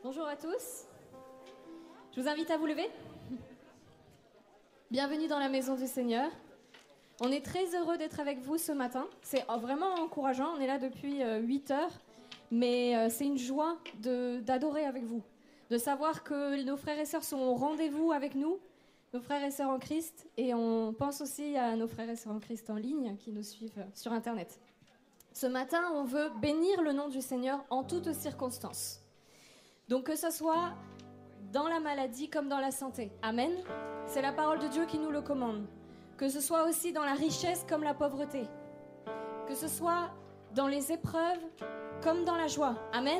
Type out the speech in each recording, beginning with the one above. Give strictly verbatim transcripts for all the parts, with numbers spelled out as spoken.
Bonjour à tous. Je vous invite à vous lever. Bienvenue dans la maison du Seigneur. On est très heureux d'être avec vous ce matin. C'est vraiment encourageant. On est là depuis huit heures. Mais c'est une joie de, d'adorer avec vous. De savoir que nos frères et sœurs sont au rendez-vous avec nous. Nos frères et sœurs en Christ. Et on pense aussi à nos frères et sœurs en Christ en ligne qui nous suivent sur Internet. Ce matin, on veut bénir le nom du Seigneur en toutes circonstances. Donc que ce soit dans la maladie comme dans la santé. Amen. C'est la parole de Dieu qui nous le commande. Que ce soit aussi dans la richesse comme la pauvreté. Que ce soit dans les épreuves comme dans la joie. Amen.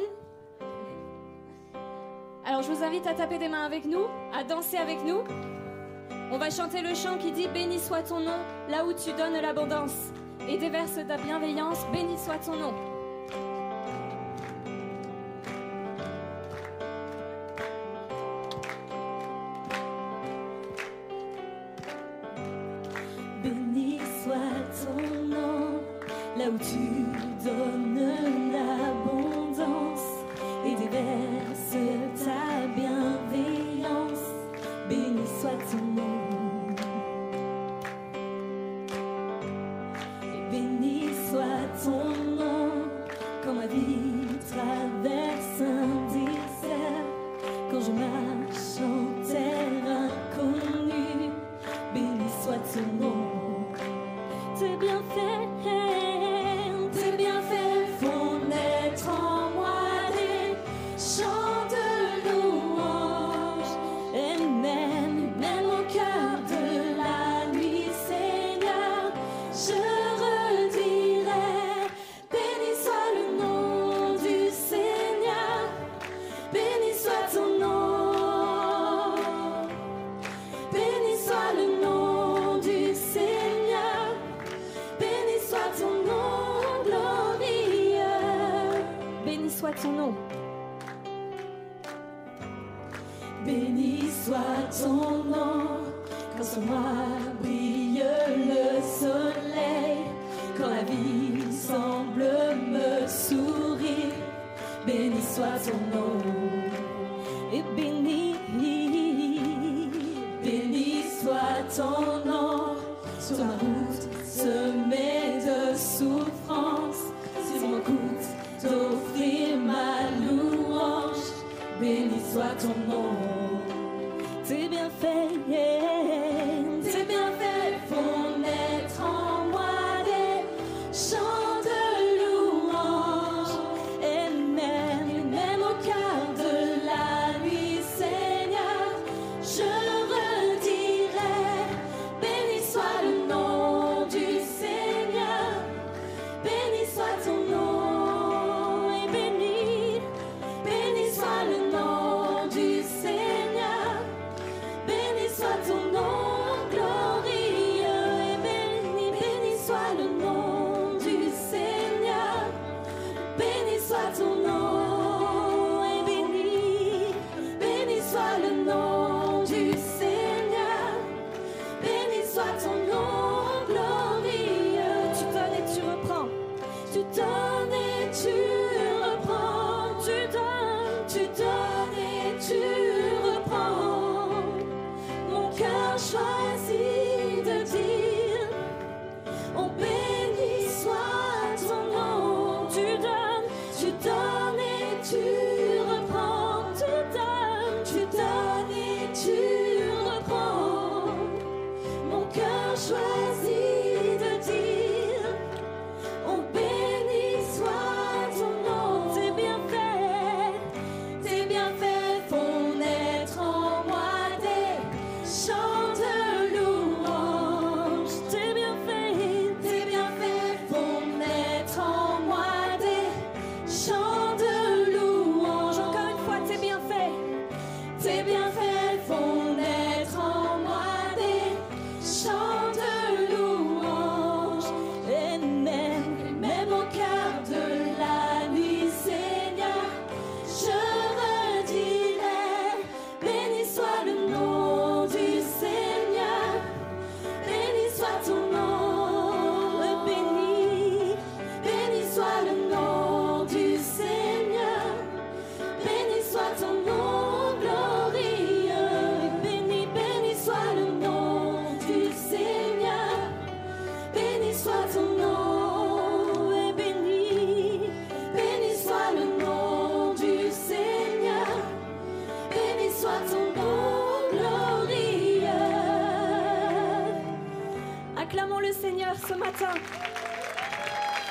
Alors je vous invite à taper des mains avec nous, à danser avec nous. On va chanter le chant qui dit « Béni soit ton nom, là où tu donnes l'abondance. Et déverse ta bienveillance, béni soit ton nom. » Béni soit ton nom, là où tu donnes l'abondance et déverses ta bienveillance. Béni soit ton nom. Et béni soit ton nom, quand ma vie traverse un désert, quand je marche en terre inconnue. Béni soit ton nom. Tes bienfaits, tes bienfaits font naître en moi des chants de louange. Et même, même au cœur de la nuit, Seigneur, je redirai, béni soit le nom du Seigneur, béni soit ton nom, béni soit le nom du Seigneur, béni soit ton nom glorieux, Béni soit ton nom. béni soit ton nom, quand sur moi brille le soleil, quand la vie semble me sourire, béni soit ton nom, et béni, béni soit ton nom, sur ma route semée de souffrance, si mon coûte d'offrir ma louange, béni soit ton nom. Tes bienfaits, tes bienfaits font naître en moi des chants de louange. Et même, même au cœur de la nuit, Seigneur, je redirai, béni soit le nom du Seigneur, béni soit ton nom, et béni, béni soit le nom du Seigneur.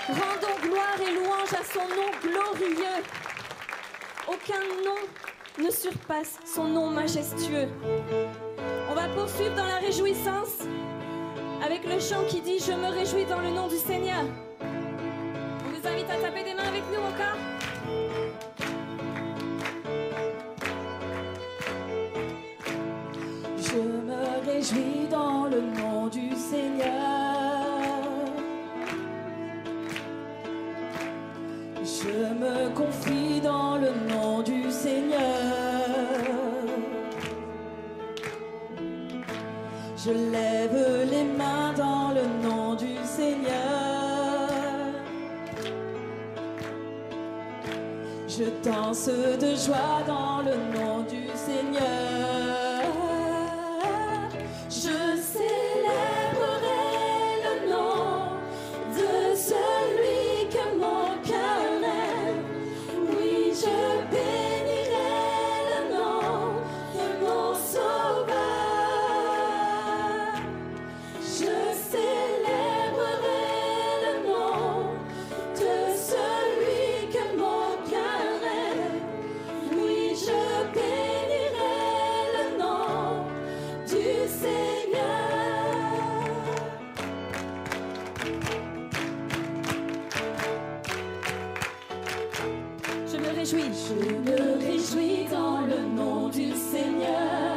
Rendons gloire et louange à son nom glorieux. Aucun nom ne surpasse son nom majestueux. On va poursuivre dans la réjouissance avec le chant qui dit « Je me réjouis dans le nom du Seigneur ». On vous invite à taper des mains avec nous encore. Je me réjouis dans le nom du Seigneur. Je me confie dans le nom du Seigneur. Je lève les mains dans le nom du Seigneur. Je danse de joie dans le nom du Seigneur. Je célébrerai le nom de celui que mon cœur aime. Oui, je bénirai le nom de mon Sauveur. Je célébrerai le nom de celui que mon cœur aime. Oui, je bénirai le nom du Seigneur. Je me réjouis. Je me réjouis dans le nom du Seigneur.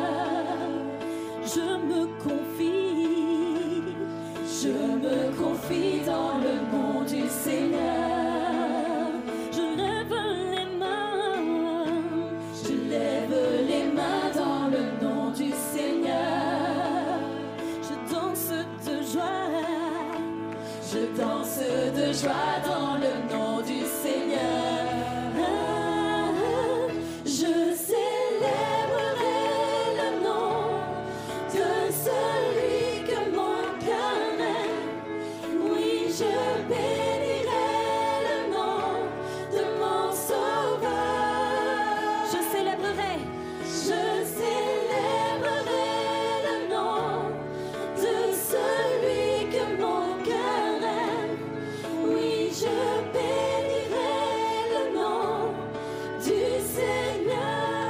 Je me confie. Je me confie dans le nom du Seigneur. Je lève les mains. Je lève les mains dans le nom du Seigneur. Je danse de joie. Je danse de joie dans le nom du Seigneur. Je célébrerai le nom de celui que mon cœur aime. Oui, je bénirai le nom de mon Sauveur. Je célébrerai. Je célébrerai le nom de celui que mon cœur aime. Oui, je bénirai le nom du Seigneur.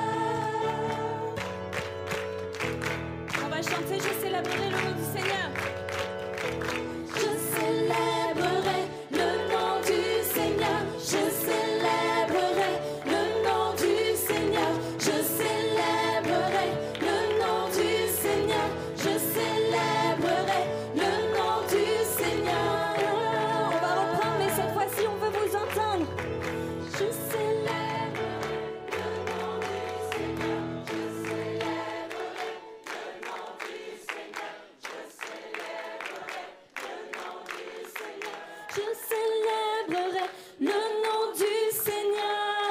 On va chanter « Je célébrerai le nom du Seigneur ». Je célébrerai le nom du Seigneur. Je célébrerai le nom du Seigneur. Je célébrerai le nom du Seigneur. Je célébrerai le nom du Seigneur. On va reprendre, mais cette fois-ci, on veut vous entendre. Je célébrerai le nom du Seigneur. Je célébrerai le nom du Seigneur. Je célébrerai le nom du Seigneur. Je célébrerai le nom du Seigneur.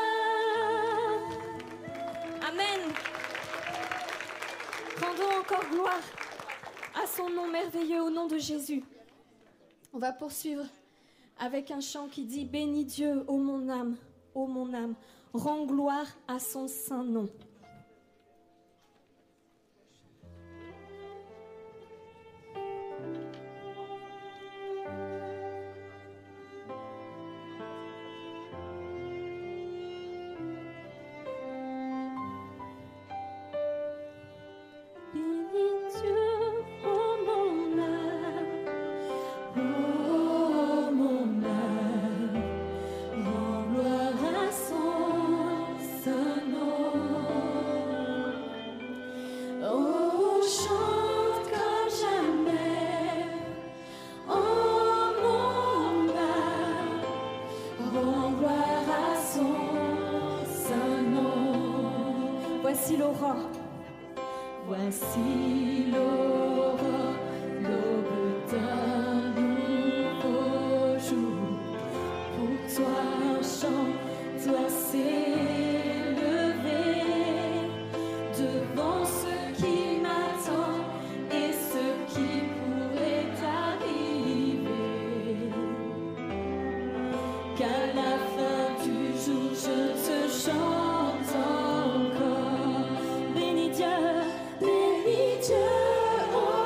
Amen. Rendons encore gloire à son nom merveilleux, au nom de Jésus. On va poursuivre avec un chant qui dit « Bénis Dieu, ô mon âme, ô mon âme, rends gloire à son saint nom ». Bénis Dieu, ô mon âme, ô mon âme, rends gloire à son saint nom. Oh, chante comme jamais, ô mon âme, rends gloire à son saint nom. Voici l'aurore. Voici l'aurore, l'aube d'un nouveau jour. Pour toi un chant doit s'élever devant ce qui m'attend et ce qui pourrait arriver. Qu'à la fin du jour je te chante encore. Bénis Dieu, bénis Dieu, oh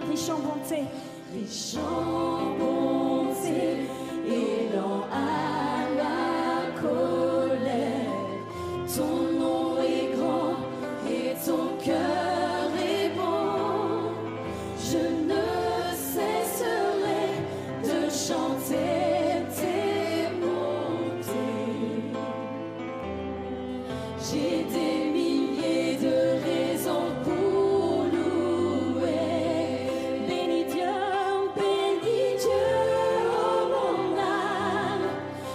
riche en bonté, riche en bonté et lent à la colère. Ton nom est grand et ton cœur est bon. Je ne cesserai de chanter tes bontés. J'ai des milliers de raisons pour louer. Bénis Dieu, bénis Dieu, oh mon âme,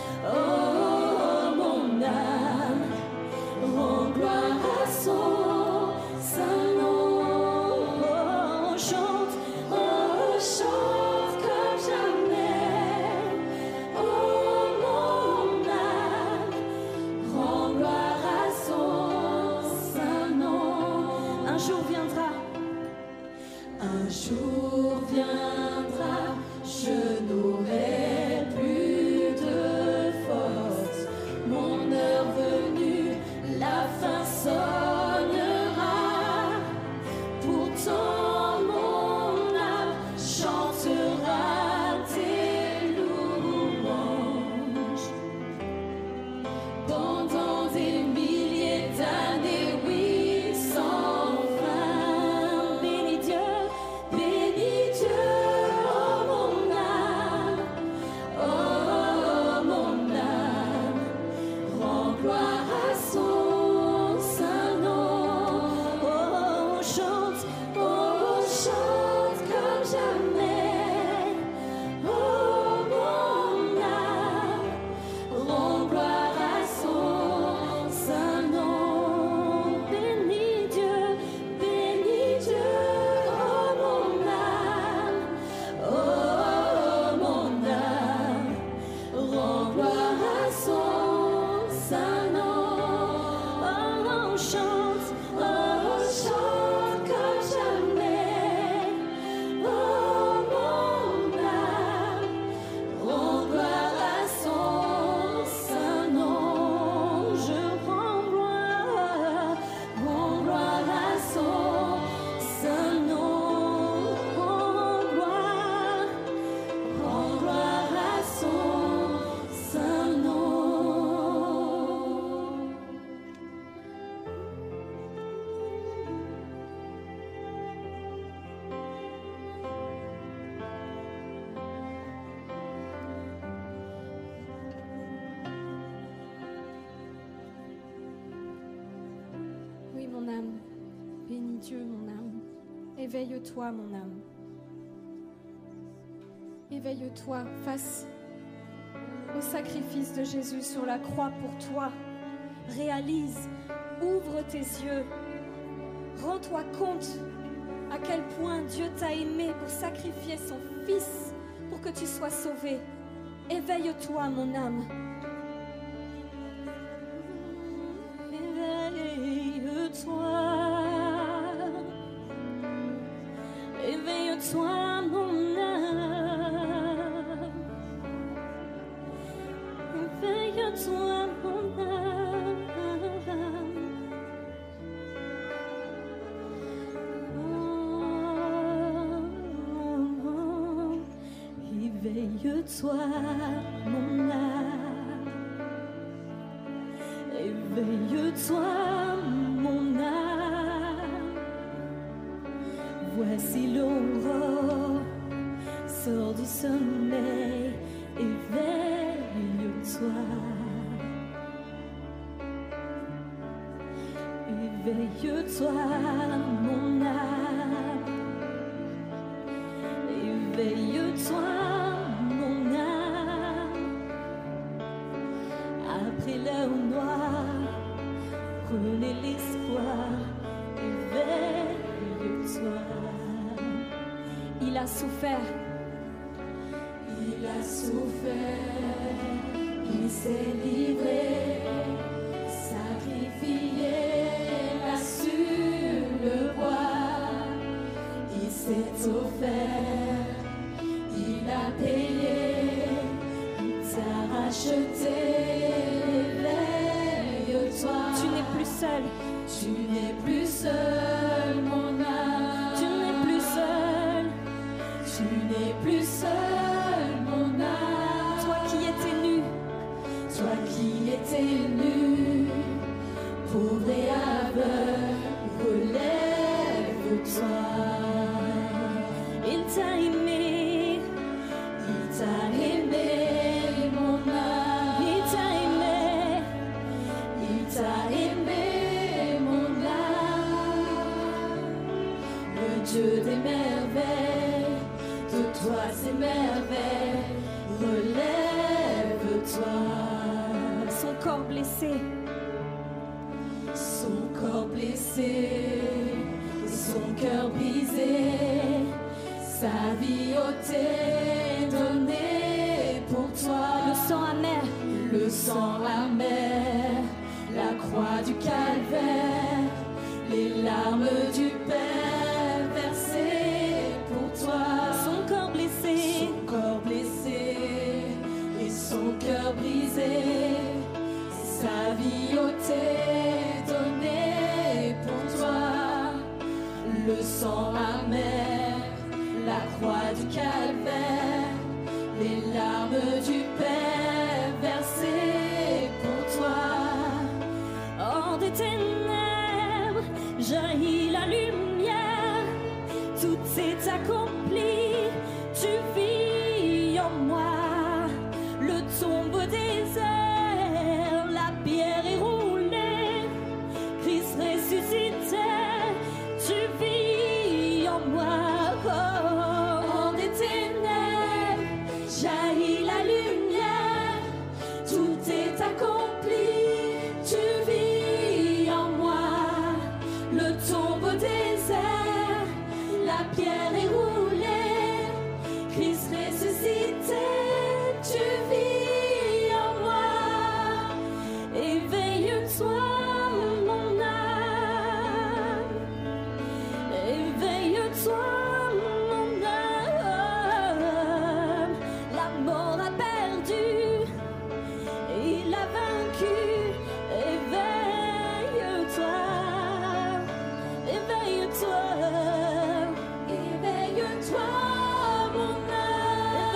oh mon âme, rends gloire à son saint nom. Oh, chante, oh chante comme jamais, oh mon âme, rends gloire à son saint nom. Un jour viendra, un jour viendra, je n'aurai plus de force. Mon heure venue, la fin sonnera. Pourtant mon âme chantera tes louanges. Pendant des milliers d'années, oui, sans fin. Bénis Dieu, bénis Dieu, oh mon âme, oh mon âme, rends gloire à son saint nom. Oh, chante, oh, chante comme jamais, oh mon âme, rends gloire à son saint nom. Bénis Dieu, bénis Dieu, oh mon âme, oh mon âme, rends gloire à son saint nom. Oh, chante, oh, chante comme jamais, oh mon âme, rends gloire à son saint nom. Je rends gloire, rends gloire à son saint nom. Rends gloire, rends gloire à son saint nom. Oui, mon âme, bénis Dieu, mon âme. Éveille-toi, mon âme. Éveille-toi face au sacrifice de Jésus sur la croix pour toi. Réalise, ouvre tes yeux. Rends-toi compte à quel point Dieu t'a aimé pour sacrifier son Fils pour que tu sois sauvé. Éveille-toi, mon âme. Éveille-toi, éveille-toi, mon âme. Éveille-toi, mon âme. Oh, oh, oh. Éveille-toi, mon âme. Éveille-toi, mon âme. Voici l'aurore, sors du sommeil, éveille-toi. Éveille-toi, mon âme. Éveille-toi, mon âme. Après l'heure noire, prenez l'espoir. Éveille-toi. Il a souffert. Il a souffert, il s'est livré, sacrifié là sur le bois. Il s'est offert, il a payé, il t'a racheté. Éveille-toi. Tu n'es plus seul. Tu n'es plus seul, mon âme. Tu n'es plus seul. Tu n'es plus seul, mon âme. Toi qui étais nu, Toi qui étais nu, pauvre et aveugle, relève-toi. il t'a aimé, Il t'a aimé, mon âme. il t'a aimé, Il t'a aimé, mon âme. Le Dieu des merveilles, de toi ces merveilles, relève-toi. son corps blessé, Son corps blessé, et son cœur brisé, sa vie ôtée, donnée pour toi. le sang amer, Le sang amer, la croix du calvaire, les larmes du Père versées pour toi. son corps blessé, Son corps blessé et son cœur brisé, sa vie ôtée, donnée pour toi. Le sang amer, la croix du calvaire, les larmes du Père versées pour toi. hors des ténèbres, jaillit la lumière, tout s'est accompli, tu vis en moi, le tombeau désert, la pierre est roulée, Christ ressuscité, tu vis en moi. Oh, Hors des ténèbres, jaillit la lumière, tout est accompli, tu vis en moi. Le tombeau désert, la pierre est roulée, Christ ressuscité, tu vis en moi. éveille-toi, mon âme, éveille-toi, mon âme, la mort a perdu, il a vaincu, éveille-toi, éveille-toi, Éveille-toi, mon âme.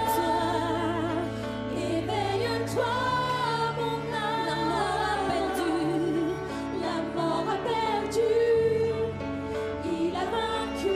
éveille-toi, Éveille-toi, mon âme. la mort a perdu, La mort a perdu, il a vaincu.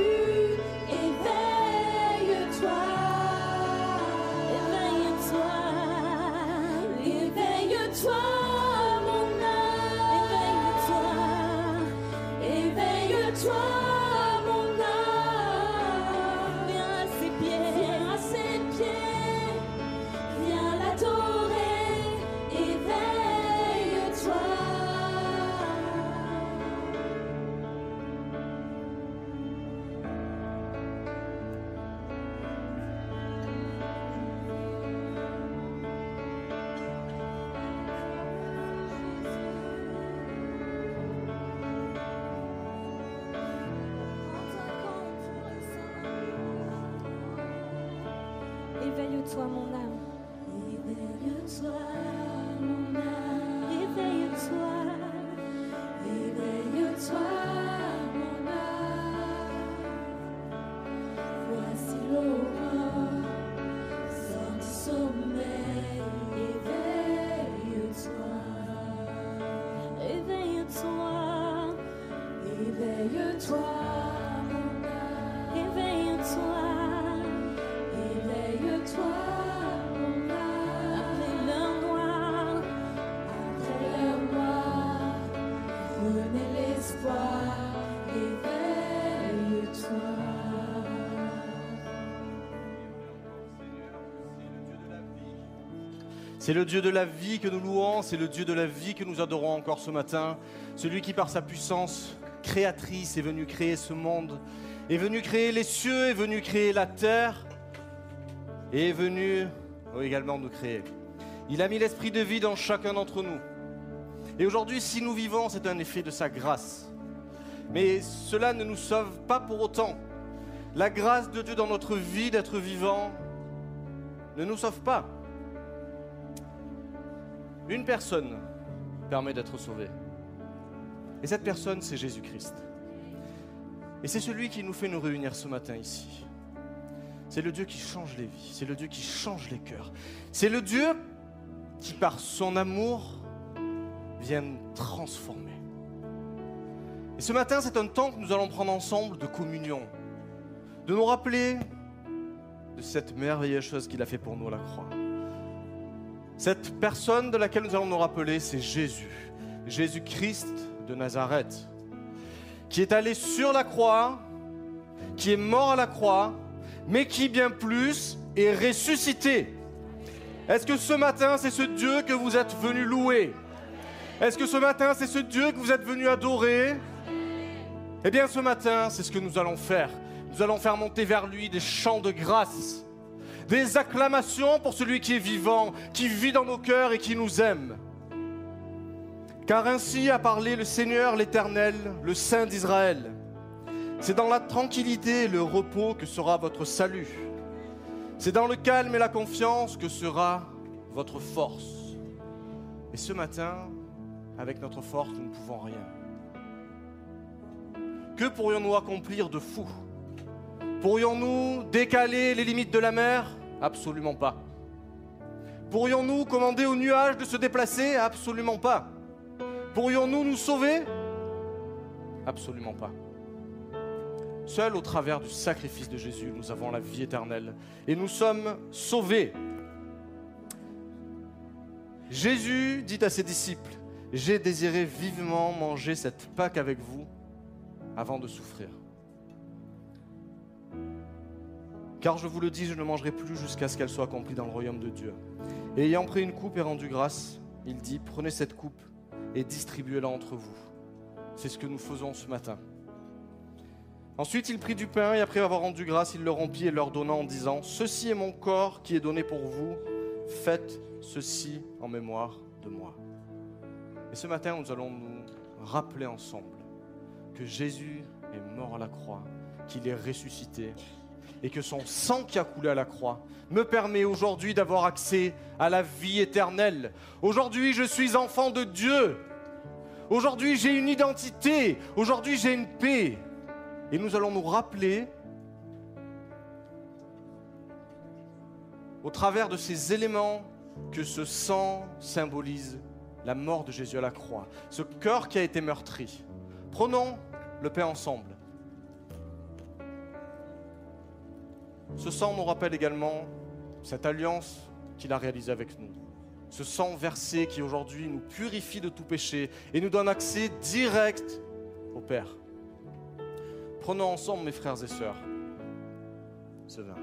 Éveille-toi, éveille-toi, éveille-toi, mon âme. éveille-toi, Éveille-toi, mon âme. viens à ses pieds, Viens à ses pieds, viens l'adorer. Éveille-toi. éveille-toi, mon âme, Éveille-toi, mon âme. éveille-toi, Éveille-toi, mon âme. Voici l'aurore, sors du sommeil. Éveille-toi, éveille-toi, éveille-toi, mon âme. éveille-toi, Éveille-toi, mon âme. après l'heure noire, Après l'heure noire, renaît l'espoir. Éveille-toi. C'est le Dieu de la vie que nous louons, c'est le Dieu de la vie que nous adorons encore ce matin. Celui qui par sa puissance créatrice est venu créer ce monde, est venu créer les cieux, est venu créer la terre, et est venu oh, également nous créer. Il a mis l'esprit de vie dans chacun d'entre nous. Et aujourd'hui, si nous vivons, c'est un effet de sa grâce. Mais cela ne nous sauve pas pour autant. La grâce de Dieu dans notre vie d'être vivant ne nous sauve pas. Une personne permet d'être sauvée. Et cette personne, c'est Jésus-Christ. Et c'est celui qui nous fait nous réunir ce matin ici. C'est le Dieu qui change les vies, c'est le Dieu qui change les cœurs. C'est le Dieu qui, par son amour, vient transformer. Et ce matin, c'est un temps que nous allons prendre ensemble de communion, de nous rappeler de cette merveilleuse chose qu'il a fait pour nous à la croix. Cette personne de laquelle nous allons nous rappeler, c'est Jésus, Jésus-Christ de Nazareth, qui est allé sur la croix, qui est mort à la croix, mais qui bien plus est ressuscité. Est-ce que ce matin, c'est ce Dieu que vous êtes venu louer? Est-ce que ce matin, c'est ce Dieu que vous êtes venu adorer? Eh bien, ce matin, c'est ce que nous allons faire. Nous allons faire monter vers lui des chants de grâce, des acclamations pour celui qui est vivant, qui vit dans nos cœurs et qui nous aime. Car ainsi a parlé le Seigneur l'Éternel, le Saint d'Israël. C'est dans la tranquillité et le repos que sera votre salut. C'est dans le calme et la confiance que sera votre force. Et ce matin, avec notre force, nous ne pouvons rien. Que pourrions-nous accomplir de fou? Pourrions-nous décaler les limites de la mer? Absolument pas. Pourrions-nous commander aux nuages de se déplacer? Absolument pas. Pourrions-nous nous sauver? Absolument pas. Seul au travers du sacrifice de Jésus, nous avons la vie éternelle et nous sommes sauvés. Jésus dit à ses disciples: « J'ai désiré vivement manger cette Pâque avec vous avant de souffrir. Car je vous le dis, je ne mangerai plus jusqu'à ce qu'elle soit accomplie dans le royaume de Dieu. » Et ayant pris une coupe et rendu grâce, il dit: « Prenez cette coupe et distribuez-la entre vous. » C'est ce que nous faisons ce matin. Ensuite, il prit du pain et après avoir rendu grâce, il le rompit et leur donna en disant: « Ceci est mon corps qui est donné pour vous. Faites ceci en mémoire de moi. » Et ce matin, nous allons nous rappeler ensemble que Jésus est mort à la croix, qu'il est ressuscité et que son sang qui a coulé à la croix me permet aujourd'hui d'avoir accès à la vie éternelle. Aujourd'hui, je suis enfant de Dieu. Aujourd'hui, j'ai une identité. Aujourd'hui, j'ai une paix. Et nous allons nous rappeler, au travers de ces éléments, que ce sang symbolise la mort de Jésus à la croix. Ce cœur qui a été meurtri. Prenons le pain ensemble. Ce sang nous rappelle également cette alliance qu'il a réalisée avec nous. Ce sang versé qui aujourd'hui nous purifie de tout péché et nous donne accès direct au Père. Prenons ensemble, mes frères et sœurs, ce vin.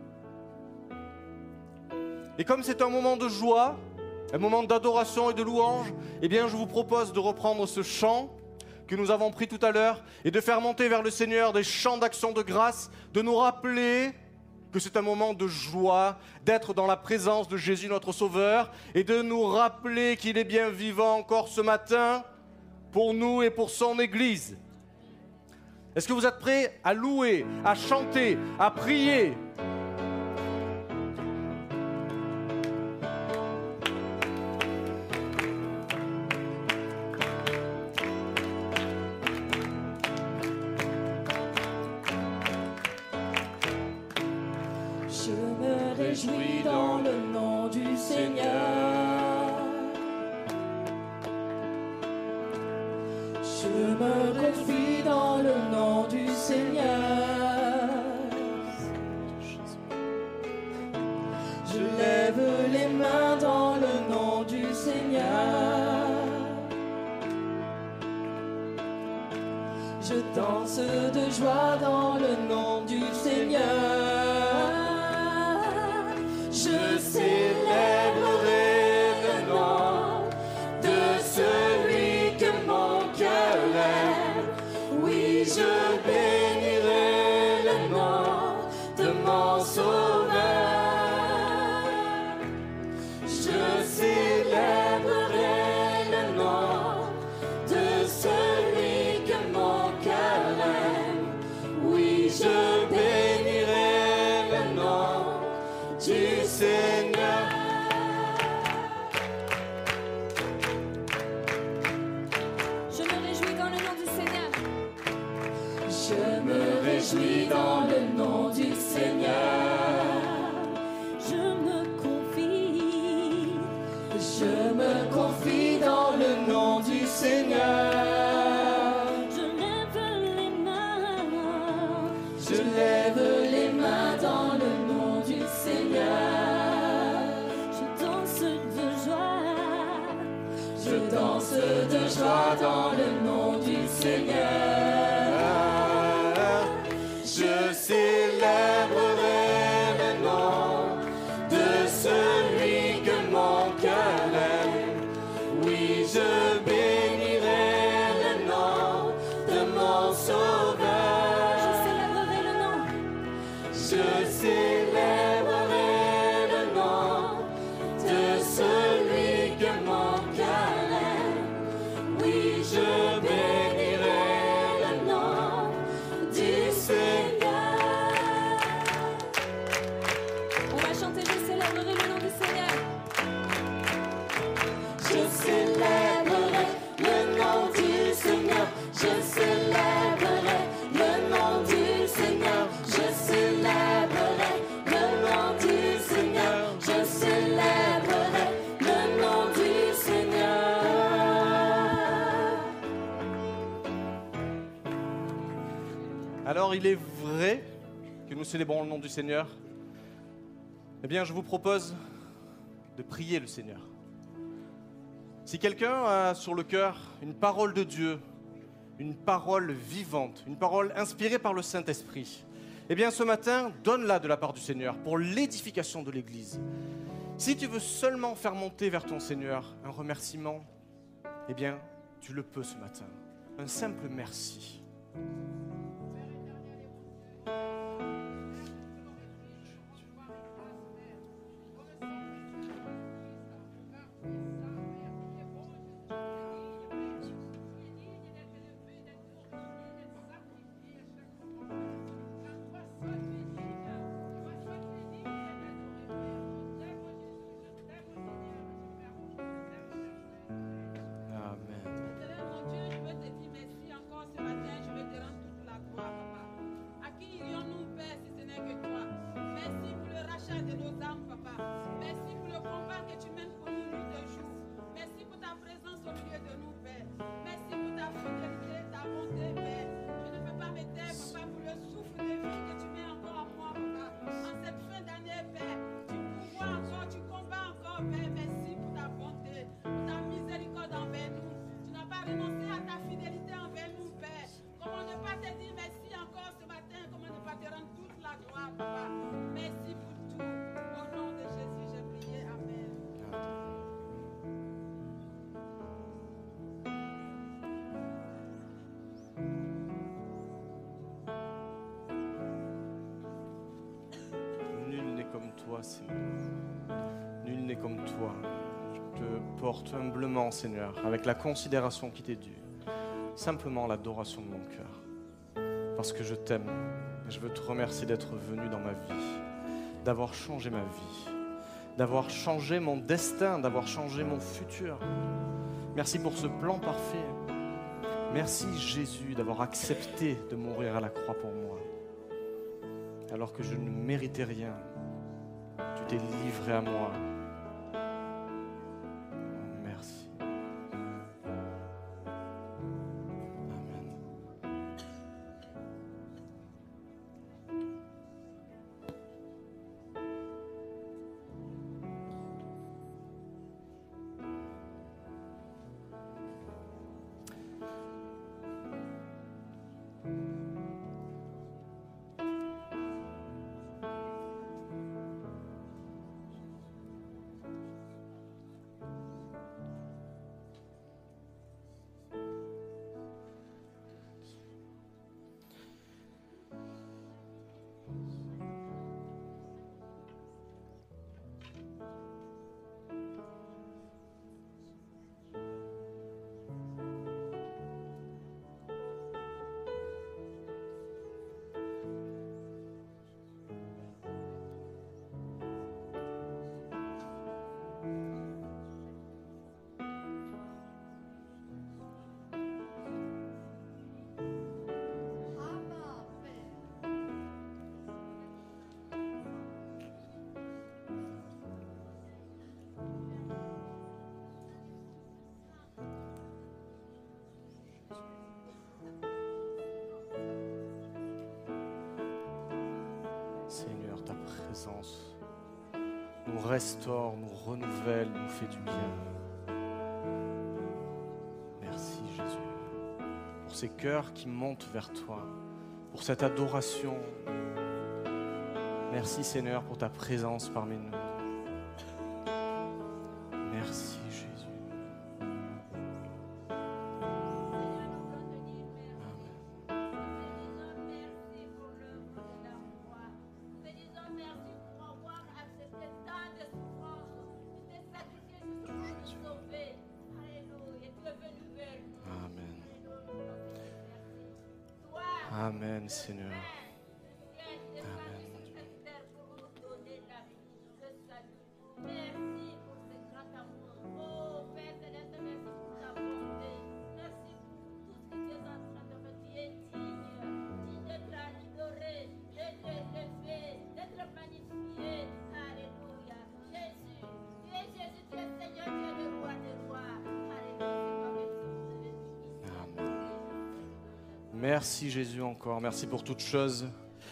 Et comme c'est un moment de joie, un moment d'adoration et de louange, eh bien je vous propose de reprendre ce chant que nous avons pris tout à l'heure et de faire monter vers le Seigneur des chants d'action de grâce, de nous rappeler que c'est un moment de joie, d'être dans la présence de Jésus notre Sauveur et de nous rappeler qu'il est bien vivant encore ce matin pour nous et pour son Église. Est-ce que vous êtes prêts à louer, à chanter, à prier ? Je me réjouis dans le nom du Seigneur. Je me confie dans le nom du Seigneur. Je lève les mains dans le nom du Seigneur. Je danse de joie dans le nom du Seigneur. Je célébrerai le nom de celui que mon cœur aime. Oui, je bénirai le nom de mon Sauveur. Je célébrerai le nom de celui que mon cœur aime. Oui, je bénirai de joie dans le nom du Seigneur. Je célébrerai le nom de celui que mon cœur aime. Oui, je bénirai le nom de mon Sauveur. Je célébrerai le nom. Je célébrerai le nom de celui que mon cœur aime. Oui, je bénirai le nom du Seigneur. On va chanter, je célébrerai le nom du Seigneur. Je célébrerai le nom du Seigneur. Je célébrerai le nom du Seigneur. Je célébrerai le nom du Seigneur. Je célébrerai le nom du Seigneur. Alors il est vrai que nous célébrons le nom du Seigneur. Eh bien, je vous propose de prier le Seigneur. Si quelqu'un a sur le cœur une parole de Dieu, une parole vivante, une parole inspirée par le Saint-Esprit, eh bien ce matin, donne-la de la part du Seigneur pour l'édification de l'Église. Si tu veux seulement faire monter vers ton Seigneur un remerciement, eh bien tu le peux ce matin. Un simple merci. Amen. Éternel mon Dieu, je veux te dire merci encore ce matin. Je veux te rendre toute la gloire, papa. À qui irions-nous, Père, si ce n'est que toi? Merci pour le rachat de nos âmes, papa. Merci pour le combat que tu mènes pour nous nuit et jour. Merci pour ta présence au milieu de nous, Père. Merci pour ta fidélité, ta bonté, Père. Je ne peux pas me taire, papa, pour le souffle de vie que tu mets encore en moi, papa. En cette fin d'année, Père, tu pourvois encore, tu combats encore, Père. Merci pour ta bonté, pour ta miséricorde envers nous. Tu n'as pas renoncé à ta fidélité envers nous, Père. Comment ne pas te dire merci encore ce matin? Comment ne pas te rendre toute la gloire, papa? Merci pour tout. Au nom de Jésus, j'ai prié. Amen. Nul n'est comme toi, Seigneur. Nul n'est comme toi. Je te porte humblement, Seigneur, avec la considération qui t'est due. Simplement l'adoration de mon cœur. Parce que je t'aime. Et je veux te remercier d'être venu dans ma vie. D'avoir changé ma vie. D'avoir changé mon destin. D'avoir changé mon futur. Merci pour ce plan parfait. Merci, Jésus, d'avoir accepté de mourir à la croix pour moi. Alors que je ne méritais rien, tu t'es livré à moi. Merci. Amen. Seigneur, ta présence nous restaure, nous renouvelle, nous fait du bien. ces cœurs qui montent vers toi, pour cette adoration. Merci Seigneur pour ta présence parmi nous. Merci Jésus. Amen, Seigneur. Merci Jésus encore, merci pour toutes choses.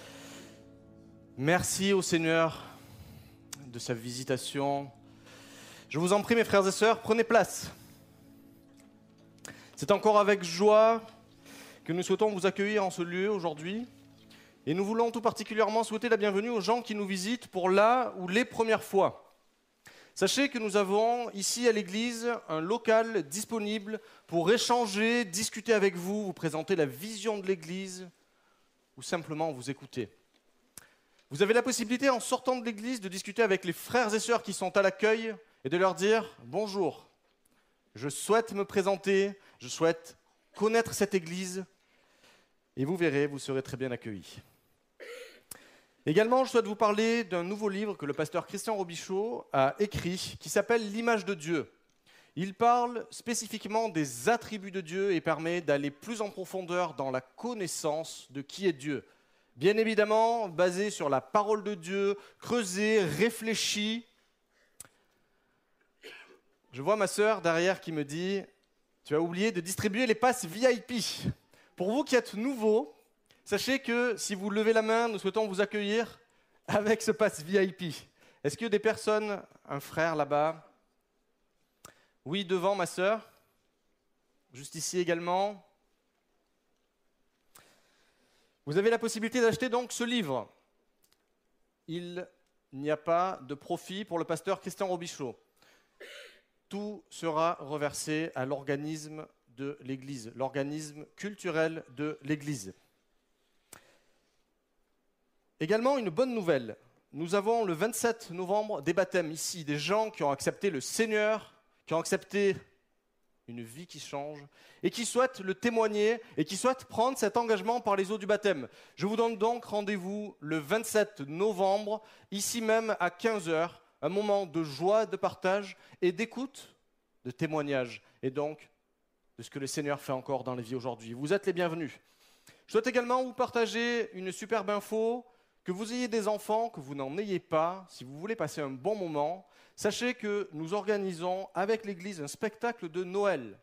Merci au Seigneur de sa visitation. Je vous en prie mes frères et sœurs, prenez place. C'est encore avec joie que nous souhaitons vous accueillir en ce lieu aujourd'hui. Et nous voulons tout particulièrement souhaiter la bienvenue aux gens qui nous visitent pour la ou les premières fois. Sachez que nous avons ici à l'église un local disponible pour échanger, discuter avec vous, vous présenter la vision de l'église ou simplement vous écouter. Vous avez la possibilité en sortant de l'église de discuter avec les frères et sœurs qui sont à l'accueil et de leur dire « Bonjour, je souhaite me présenter, je souhaite connaître cette église » et vous verrez, vous serez très bien accueillis. Également, je souhaite vous parler d'un nouveau livre que le pasteur Christian Robichaud a écrit, qui s'appelle « L'image de Dieu ». Il parle spécifiquement des attributs de Dieu et permet d'aller plus en profondeur dans la connaissance de qui est Dieu. Bien évidemment, basé sur la parole de Dieu, creusé, réfléchi. Je vois ma sœur derrière qui me dit « Tu as oublié de distribuer les passes V I P ». Pour vous qui êtes nouveaux, sachez que si vous levez la main, nous souhaitons vous accueillir avec ce pass V I P. Est-ce que des personnes, un frère là-bas? Oui, devant ma sœur. Juste ici également. Vous avez la possibilité d'acheter donc ce livre. Il n'y a pas de profit pour le pasteur Christian Robichaud. Tout sera reversé à l'organisme de l'Église, l'organisme culturel de l'Église. Également, une bonne nouvelle. Nous avons le vingt-sept novembre des baptêmes ici, des gens qui ont accepté le Seigneur, qui ont accepté une vie qui change et qui souhaitent le témoigner et qui souhaitent prendre cet engagement par les eaux du baptême. Je vous donne donc rendez-vous le vingt-sept novembre, ici même à quinze heures, un moment de joie, de partage et d'écoute, de témoignage et donc de ce que le Seigneur fait encore dans les vies aujourd'hui. Vous êtes les bienvenus. Je souhaite également vous partager une superbe info. Que vous ayez des enfants, que vous n'en ayez pas, si vous voulez passer un bon moment, sachez que nous organisons avec l'Église un spectacle de Noël.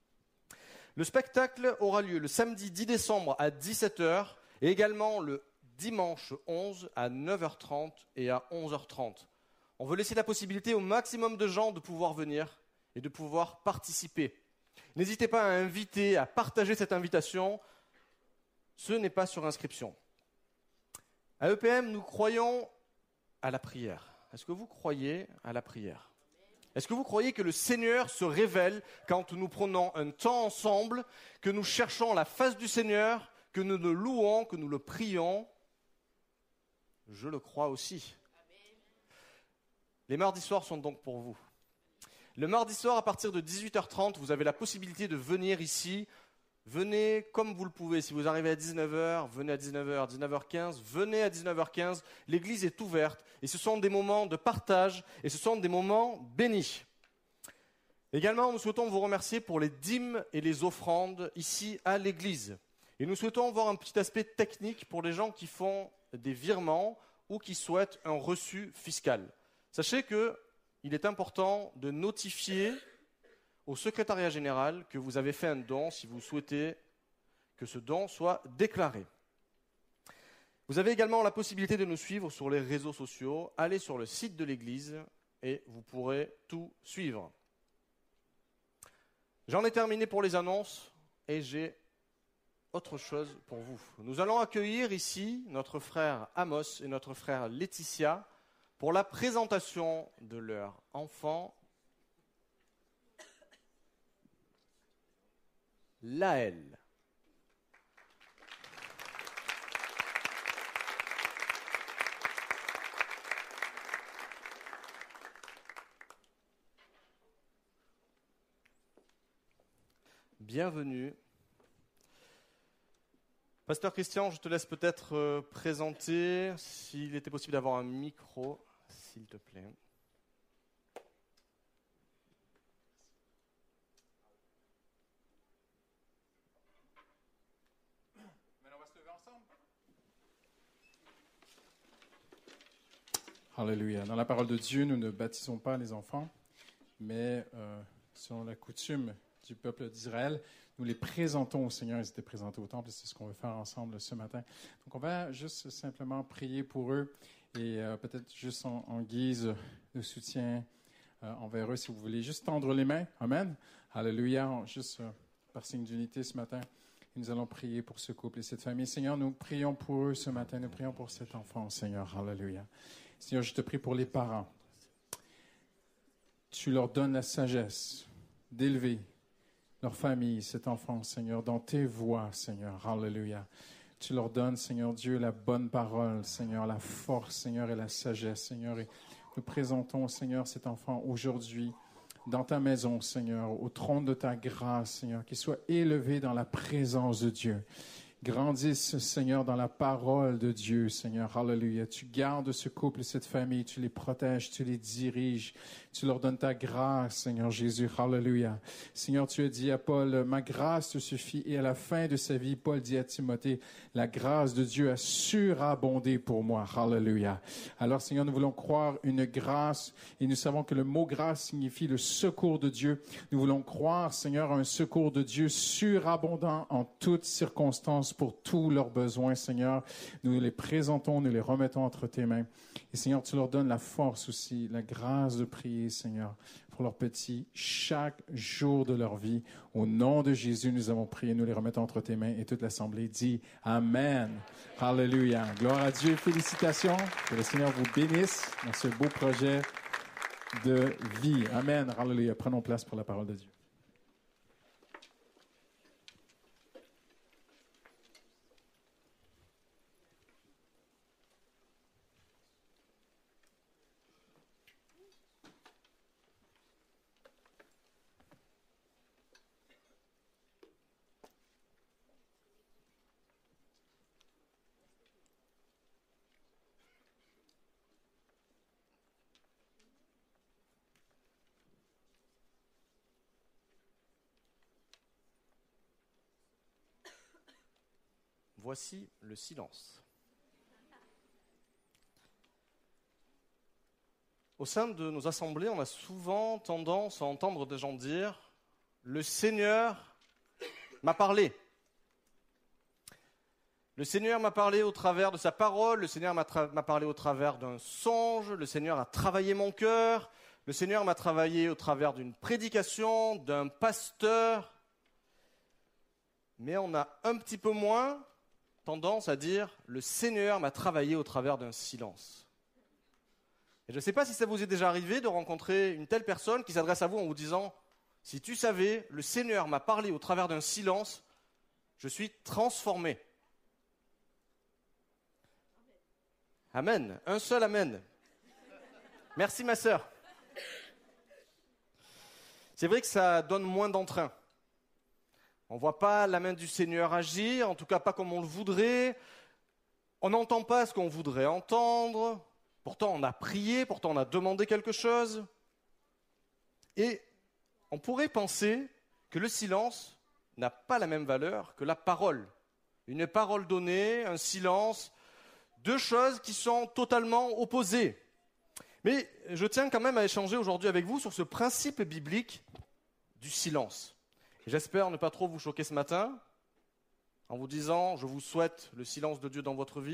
Le spectacle aura lieu le samedi dix décembre à dix-sept heures et également le dimanche onze à neuf heures trente et à onze heures trente. On veut laisser la possibilité au maximum de gens de pouvoir venir et de pouvoir participer. N'hésitez pas à inviter, à partager cette invitation. Ce n'est pas sur inscription. À E P M, nous croyons à la prière. Est-ce que vous croyez à la prière? Est-ce que vous croyez que le Seigneur se révèle quand nous prenons un temps ensemble, que nous cherchons la face du Seigneur, que nous le louons, que nous le prions? Je le crois aussi. Les mardis soirs sont donc pour vous. Le mardi soir, à partir de dix-huit heures trente, vous avez la possibilité de venir ici. Venez comme vous le pouvez. Si vous arrivez à dix-neuf heures, venez à dix-neuf heures, dix-neuf heures quinze, venez à dix-neuf heures quinze. L'église est ouverte et ce sont des moments de partage et ce sont des moments bénis. Également, nous souhaitons vous remercier pour les dîmes et les offrandes ici à l'église. Et nous souhaitons voir un petit aspect technique pour les gens qui font des virements ou qui souhaitent un reçu fiscal. Sachez qu'il est important de notifier au secrétariat général que vous avez fait un don si vous souhaitez que ce don soit déclaré. Vous avez également la possibilité de nous suivre sur les réseaux sociaux. Allez sur le site de l'église et vous pourrez tout suivre. J'en ai terminé pour les annonces et j'ai autre chose pour vous. Nous allons accueillir ici notre frère Amos et notre frère Laetitia pour la présentation de leur enfant, Laël. Bienvenue. Pasteur Christian, je te laisse peut-être euh, présenter, s'il était possible d'avoir un micro, s'il te plaît. Maintenant, on va se lever ensemble. Alléluia. Dans la parole de Dieu, nous ne baptisons pas les enfants, mais euh, selon la coutume du peuple d'Israël, nous les présentons au Seigneur. Ils étaient présentés au temple et c'est ce qu'on veut faire ensemble ce matin. Donc, on va juste simplement prier pour eux et euh, peut-être juste en, en guise de soutien euh, envers eux, si vous voulez juste tendre les mains. Amen. Alléluia. Juste euh, par signe d'unité ce matin, nous allons prier pour ce couple et cette famille. Seigneur, nous prions pour eux ce matin. Nous prions pour cet enfant, Seigneur. Alléluia. Seigneur, je te prie pour les parents. Tu leur donnes la sagesse d'élever leur famille, cet enfant, Seigneur, dans tes voies, Seigneur. Alléluia. Tu leur donnes, Seigneur Dieu, la bonne parole, Seigneur, la force, Seigneur, et la sagesse, Seigneur. Et nous présentons, Seigneur, cet enfant aujourd'hui dans ta maison, Seigneur, au trône de ta grâce, Seigneur, qu'il soit élevé dans la présence de Dieu. Grandissent, Seigneur, dans la parole de Dieu, Seigneur. Alléluia. Tu gardes ce couple et cette famille, tu les protèges, tu les diriges, tu leur donnes ta grâce, Seigneur Jésus. Alléluia. Seigneur, tu as dit à Paul, ma grâce te suffit. Et à la fin de sa vie, Paul dit à Timothée, la grâce de Dieu a surabondé pour moi. Alléluia. Alors, Seigneur, nous voulons croire une grâce et nous savons que le mot grâce signifie le secours de Dieu. Nous voulons croire, Seigneur, un secours de Dieu surabondant en toutes circonstances pour tous leurs besoins, Seigneur. Nous les présentons, nous les remettons entre tes mains. Et Seigneur, tu leur donnes la force aussi, la grâce de prier, Seigneur, pour leurs petits, chaque jour de leur vie. Au nom de Jésus, nous avons prié, nous les remettons entre tes mains. Et toute l'Assemblée dit Amen. Alléluia. Gloire à Dieu. Félicitations. Que le Seigneur vous bénisse dans ce beau projet de vie. Amen. Alléluia. Prenons place pour la parole de Dieu. Voici le silence. Au sein de nos assemblées, on a souvent tendance à entendre des gens dire « Le Seigneur m'a parlé ». Le Seigneur m'a parlé au travers de sa parole, le Seigneur m'a, tra- m'a parlé au travers d'un songe, le Seigneur a travaillé mon cœur, le Seigneur m'a travaillé au travers d'une prédication, d'un pasteur. Mais on a un petit peu moins tendance à dire « Le Seigneur m'a travaillé au travers d'un silence ». Et je ne sais pas si ça vous est déjà arrivé de rencontrer une telle personne qui s'adresse à vous en vous disant « Si tu savais, le Seigneur m'a parlé au travers d'un silence, je suis transformé ». Amen. Un seul amen. Merci ma sœur. C'est vrai que ça donne moins d'entrain. On ne voit pas la main du Seigneur agir, en tout cas pas comme on le voudrait. On n'entend pas ce qu'on voudrait entendre. Pourtant, on a prié, pourtant on a demandé quelque chose. Et on pourrait penser que le silence n'a pas la même valeur que la parole. Une parole donnée, un silence, deux choses qui sont totalement opposées. Mais je tiens quand même à échanger aujourd'hui avec vous sur ce principe biblique du silence. J'espère ne pas trop vous choquer ce matin en vous disant « Je vous souhaite le silence de Dieu dans votre vie ».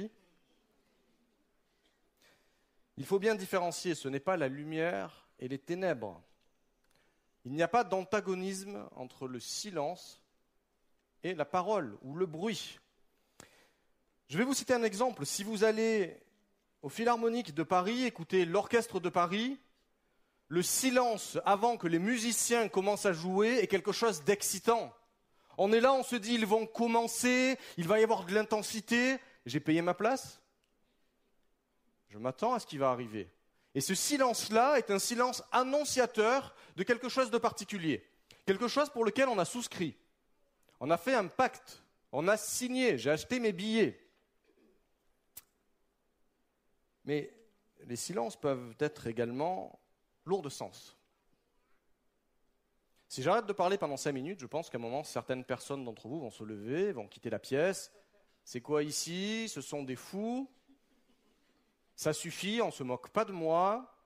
Il faut bien différencier, ce n'est pas la lumière et les ténèbres. Il n'y a pas d'antagonisme entre le silence et la parole ou le bruit. Je vais vous citer un exemple. Si vous allez au Philharmonique de Paris, écouter l'orchestre de Paris, le silence avant que les musiciens commencent à jouer est quelque chose d'excitant. On est là, on se dit, ils vont commencer, il va y avoir de l'intensité. J'ai payé ma place. Je m'attends à ce qui va arriver. Et ce silence-là est un silence annonciateur de quelque chose de particulier. Quelque chose pour lequel on a souscrit. On a fait un pacte. On a signé. J'ai acheté mes billets. Mais les silences peuvent être également lourds de sens. Si j'arrête de parler pendant cinq minutes, je pense qu'à un moment, certaines personnes d'entre vous vont se lever, vont quitter la pièce. C'est quoi ici? Ce sont des fous. Ça suffit, on ne se moque pas de moi.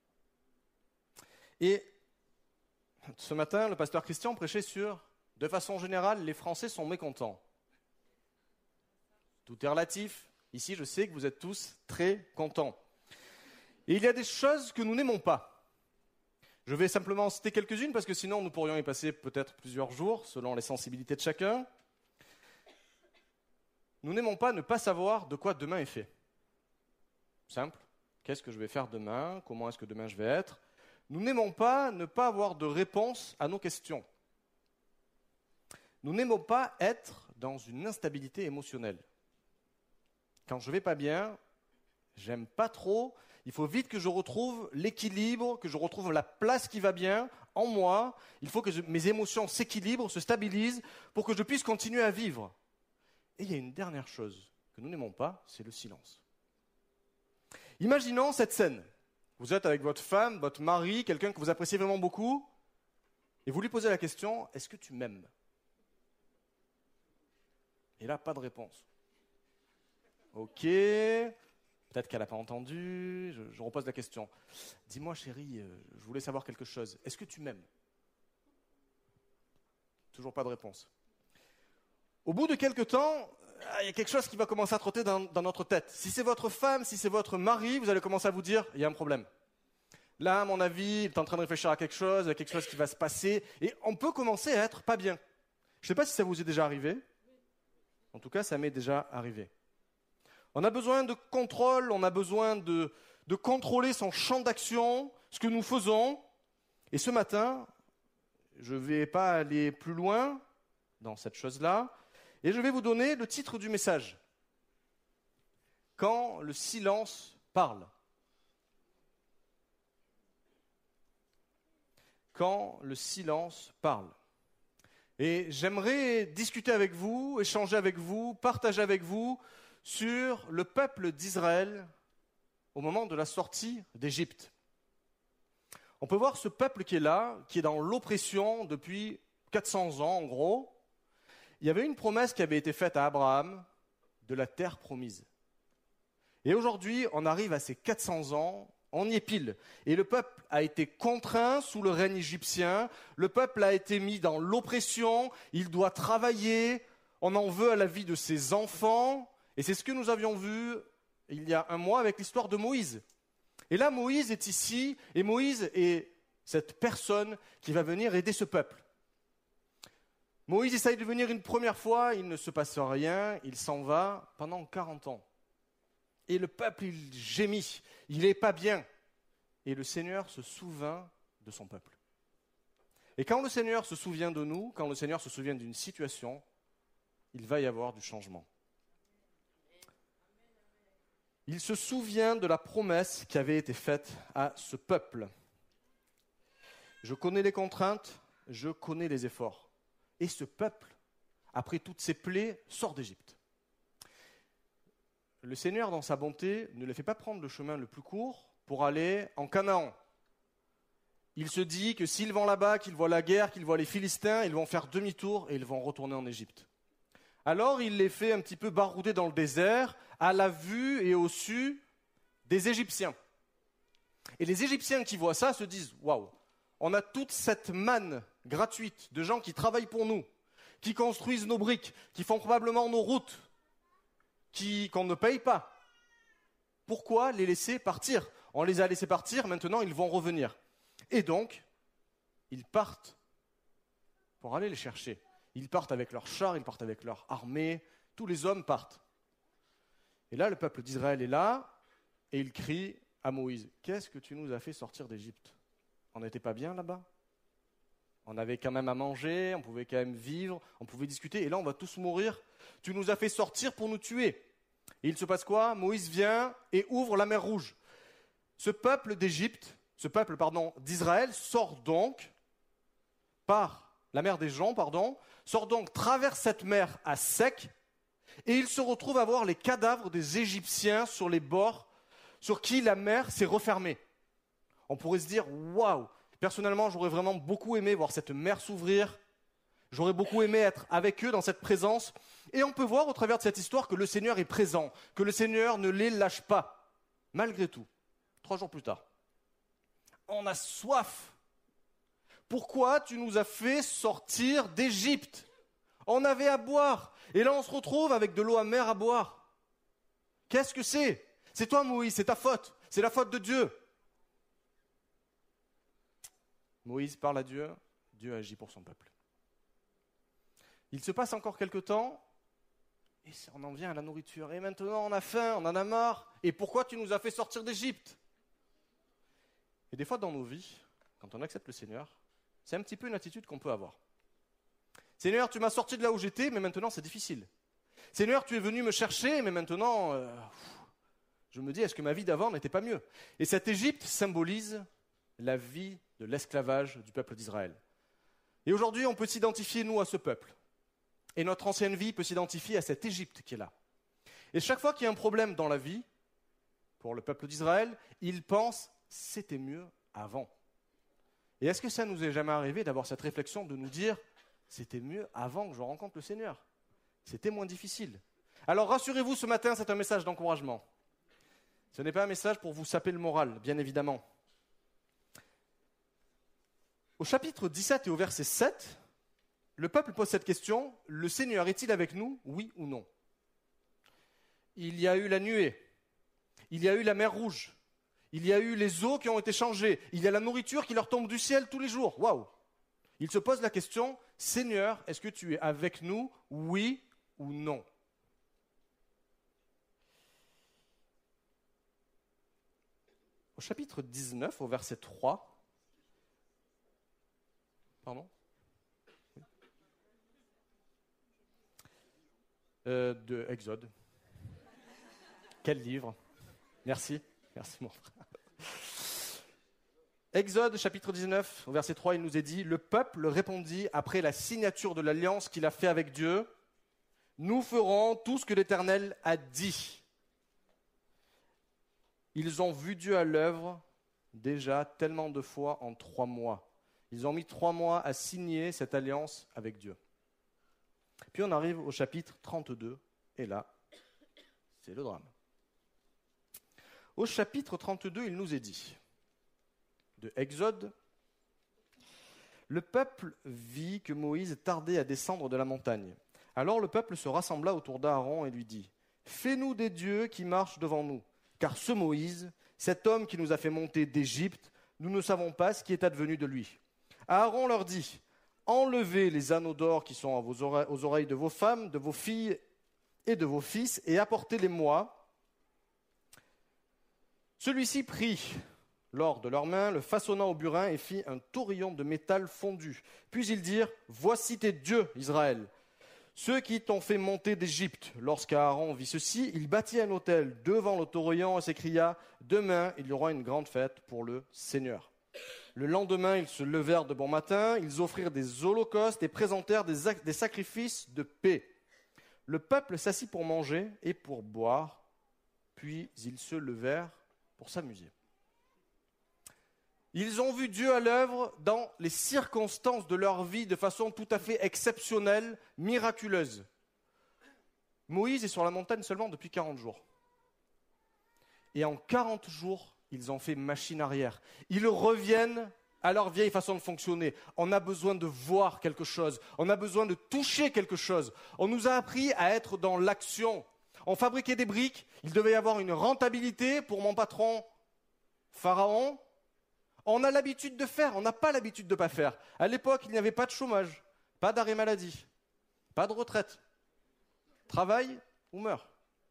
Et ce matin, le pasteur Christian prêchait sur, de façon générale, les Français sont mécontents. Tout est relatif. Ici, je sais que vous êtes tous très contents. Et il y a des choses que nous n'aimons pas. Je vais simplement en citer quelques-unes parce que sinon nous pourrions y passer peut-être plusieurs jours selon les sensibilités de chacun. Nous n'aimons pas ne pas savoir de quoi demain est fait. Simple. Qu'est-ce que je vais faire demain? Comment est-ce que demain je vais être? Nous n'aimons pas ne pas avoir de réponse à nos questions. Nous n'aimons pas être dans une instabilité émotionnelle. Quand je ne vais pas bien, j'aime pas trop. Il faut vite que je retrouve l'équilibre, que je retrouve la place qui va bien en moi. Il faut que je, mes émotions s'équilibrent, se stabilisent pour que je puisse continuer à vivre. Et il y a une dernière chose que nous n'aimons pas, c'est le silence. Imaginons cette scène. Vous êtes avec votre femme, votre mari, quelqu'un que vous appréciez vraiment beaucoup, et vous lui posez la question, est-ce que tu m'aimes? Et là, pas de réponse. Ok, peut-être qu'elle n'a pas entendu, je, je repose la question. Dis-moi chérie, euh, je voulais savoir quelque chose. Est-ce que tu m'aimes? Toujours pas de réponse. Au bout de quelque temps, il y a quelque chose qui va commencer à trotter dans, dans notre tête. Si c'est votre femme, si c'est votre mari, vous allez commencer à vous dire, il y a un problème. Là, à mon avis, il est en train de réfléchir à quelque chose, il y a quelque chose qui va se passer, et on peut commencer à être pas bien. Je ne sais pas si ça vous est déjà arrivé. En tout cas, ça m'est déjà arrivé. On a besoin de contrôle, on a besoin de, de contrôler son champ d'action, ce que nous faisons. Et ce matin, je ne vais pas aller plus loin dans cette chose-là, et je vais vous donner le titre du message. Quand le silence parle. Quand le silence parle. Et j'aimerais discuter avec vous, échanger avec vous, partager avec vous sur le peuple d'Israël au moment de la sortie d'Égypte. On peut voir ce peuple qui est là, qui est dans l'oppression depuis quatre cents ans en gros. Il y avait une promesse qui avait été faite à Abraham de la terre promise. Et aujourd'hui, on arrive à ces quatre cents ans, on y est pile. Et le peuple a été contraint sous le règne égyptien, le peuple a été mis dans l'oppression, il doit travailler, on en veut à la vie de ses enfants. Et c'est ce que nous avions vu il y a un mois avec l'histoire de Moïse. Et là, Moïse est ici, et Moïse est cette personne qui va venir aider ce peuple. Moïse essaye de venir une première fois, il ne se passe rien, il s'en va pendant quarante ans. Et le peuple, il gémit, il n'est pas bien. Et le Seigneur se souvient de son peuple. Et quand le Seigneur se souvient de nous, quand le Seigneur se souvient d'une situation, il va y avoir du changement. Il se souvient de la promesse qui avait été faite à ce peuple. Je connais les contraintes, je connais les efforts. Et ce peuple, après toutes ces plaies, sort d'Égypte. Le Seigneur, dans sa bonté, ne les fait pas prendre le chemin le plus court pour aller en Canaan. Il se dit que s'ils vont là-bas, qu'ils voient la guerre, qu'ils voient les Philistins, ils vont faire demi-tour et ils vont retourner en Égypte. Alors il les fait un petit peu barouder dans le désert, à la vue et au su des Égyptiens. Et les Égyptiens qui voient ça se disent « Waouh, on a toute cette manne gratuite de gens qui travaillent pour nous, qui construisent nos briques, qui font probablement nos routes, qui, qu'on ne paye pas. Pourquoi les laisser partir? On les a laissés partir, maintenant ils vont revenir. » Et donc, ils partent pour aller les chercher. Ils partent avec leurs chars, ils partent avec leur armée, tous les hommes partent. Et là, le peuple d'Israël est là, et il crie à Moïse, « Qu'est-ce que tu nous as fait sortir d'Égypte ? On n'était pas bien là-bas ? On avait quand même à manger, on pouvait quand même vivre, on pouvait discuter, et là on va tous mourir. Tu nous as fait sortir pour nous tuer. » Et il se passe quoi ? Moïse vient et ouvre la mer Rouge. Ce peuple d'Égypte, ce peuple pardon, d'Israël sort donc par la mer des gens, pardon, sort donc, traverse cette mer à sec, et il se retrouve à voir les cadavres des Égyptiens sur les bords, sur qui la mer s'est refermée. On pourrait se dire, waouh, personnellement, j'aurais vraiment beaucoup aimé voir cette mer s'ouvrir, j'aurais beaucoup aimé être avec eux dans cette présence, et on peut voir au travers de cette histoire que le Seigneur est présent, que le Seigneur ne les lâche pas, malgré tout. Trois jours plus tard, on a soif. Pourquoi tu nous as fait sortir d'Égypte ? On avait à boire, et là on se retrouve avec de l'eau amère à boire. Qu'est-ce que c'est ? C'est toi Moïse, c'est ta faute, c'est la faute de Dieu. Moïse parle à Dieu, Dieu agit pour son peuple. Il se passe encore quelque temps, et on en vient à la nourriture. Et maintenant on a faim, on en a marre, et pourquoi tu nous as fait sortir d'Égypte ? Et des fois dans nos vies, quand on accepte le Seigneur, c'est un petit peu une attitude qu'on peut avoir. Seigneur, tu m'as sorti de là où j'étais, mais maintenant c'est difficile. Seigneur, tu es venu me chercher, mais maintenant, euh, je me dis, est-ce que ma vie d'avant n'était pas mieux ? Et cette Égypte symbolise la vie de l'esclavage du peuple d'Israël. Et aujourd'hui, on peut s'identifier, nous, à ce peuple. Et notre ancienne vie peut s'identifier à cette Égypte qui est là. Et chaque fois qu'il y a un problème dans la vie, pour le peuple d'Israël, ils pensent, c'était mieux avant. Et est-ce que ça nous est jamais arrivé d'avoir cette réflexion de nous dire, c'était mieux avant que je rencontre le Seigneur ? C'était moins difficile. Alors rassurez-vous, ce matin, c'est un message d'encouragement. Ce n'est pas un message pour vous saper le moral, bien évidemment. Au chapitre dix-sept et au verset sept, le peuple pose cette question, le Seigneur est-il avec nous, oui ou non ? Il y a eu la nuée, il y a eu la mer Rouge, il y a eu les eaux qui ont été changées, il y a la nourriture qui leur tombe du ciel tous les jours. Waouh ! Il se pose la question, Seigneur, est-ce que tu es avec nous, oui ou non ? Au chapitre dix-neuf, au verset trois, pardon ? Euh, de Exode. Quel livre ? Merci, merci mon frère. Exode chapitre dix-neuf, au verset trois, il nous est dit « Le peuple répondit après la signature de l'alliance qu'il a fait avec Dieu, « Nous ferons tout ce que l'Éternel a dit. » Ils ont vu Dieu à l'œuvre déjà tellement de fois en trois mois. Ils ont mis trois mois à signer cette alliance avec Dieu. Puis on arrive au chapitre trente-deux, et là, c'est le drame. Au chapitre trente-deux, il nous est dit, de Exode, « Le peuple vit que Moïse tardait à descendre de la montagne. Alors le peuple se rassembla autour d'Aaron et lui dit, « Fais-nous des dieux qui marchent devant nous, car ce Moïse, cet homme qui nous a fait monter d'Égypte, nous ne savons pas ce qui est advenu de lui. » Aaron leur dit, « Enlevez les anneaux d'or qui sont à vos oreilles, aux oreilles de vos femmes, de vos filles et de vos fils, et apportez-les-moi. » Celui-ci prit l'or de leurs mains, le façonna au burin et fit un taurillon de métal fondu. Puis ils dirent, « Voici tes dieux, Israël, ceux qui t'ont fait monter d'Égypte. » Lorsqu'Aaron vit ceci, il bâtit un autel devant le taurillon et s'écria, « Demain, il y aura une grande fête pour le Seigneur. » Le lendemain, ils se levèrent de bon matin, ils offrirent des holocaustes et présentèrent des, ac- des sacrifices de paix. Le peuple s'assit pour manger et pour boire, puis ils se levèrent pour s'amuser. Ils ont vu Dieu à l'œuvre dans les circonstances de leur vie de façon tout à fait exceptionnelle, miraculeuse. Moïse est sur la montagne seulement depuis quarante jours. Et en quarante jours, ils ont fait machine arrière. Ils reviennent à leur vieille façon de fonctionner. On a besoin de voir quelque chose. On a besoin de toucher quelque chose. On nous a appris à être dans l'action. On fabriquait des briques. Il devait y avoir une rentabilité pour mon patron Pharaon. On a l'habitude de faire. On n'a pas l'habitude de ne pas faire. À l'époque, il n'y avait pas de chômage, pas d'arrêt maladie. Pas de retraite. Travaille ou meurs.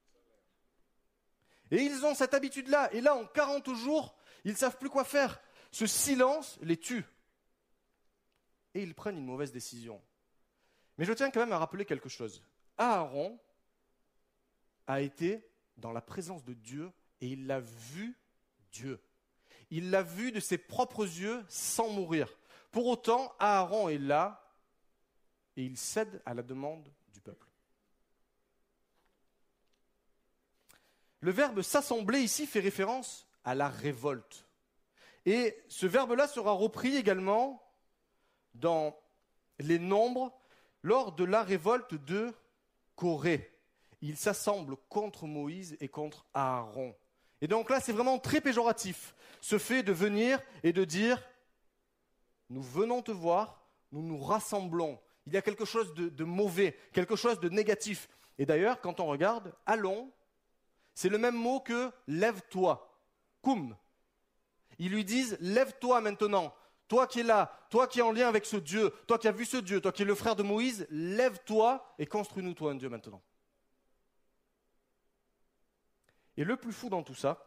Et ils ont cette habitude-là. Et là, en quarante jours, ils ne savent plus quoi faire. Ce silence les tue. Et ils prennent une mauvaise décision. Mais je tiens quand même à rappeler quelque chose. Aaron a été dans la présence de Dieu et il l'a vu Dieu. Il l'a vu de ses propres yeux sans mourir. Pour autant, Aaron est là et il cède à la demande du peuple. Le verbe « s'assembler » ici fait référence à la révolte. Et ce verbe-là sera repris également dans les Nombres lors de la révolte de Corée. Ils s'assemblent contre Moïse et contre Aaron. Et donc là, c'est vraiment très péjoratif, ce fait de venir et de dire « nous venons te voir, nous nous rassemblons ». Il y a quelque chose de, de mauvais, quelque chose de négatif. Et d'ailleurs, quand on regarde « allons », c'est le même mot que « lève-toi »,« koum ». Ils lui disent « lève-toi maintenant ». Toi qui es là, toi qui es en lien avec ce Dieu, toi qui as vu ce Dieu, toi qui es le frère de Moïse, lève-toi et construis-nous toi un Dieu maintenant. Et le plus fou dans tout ça,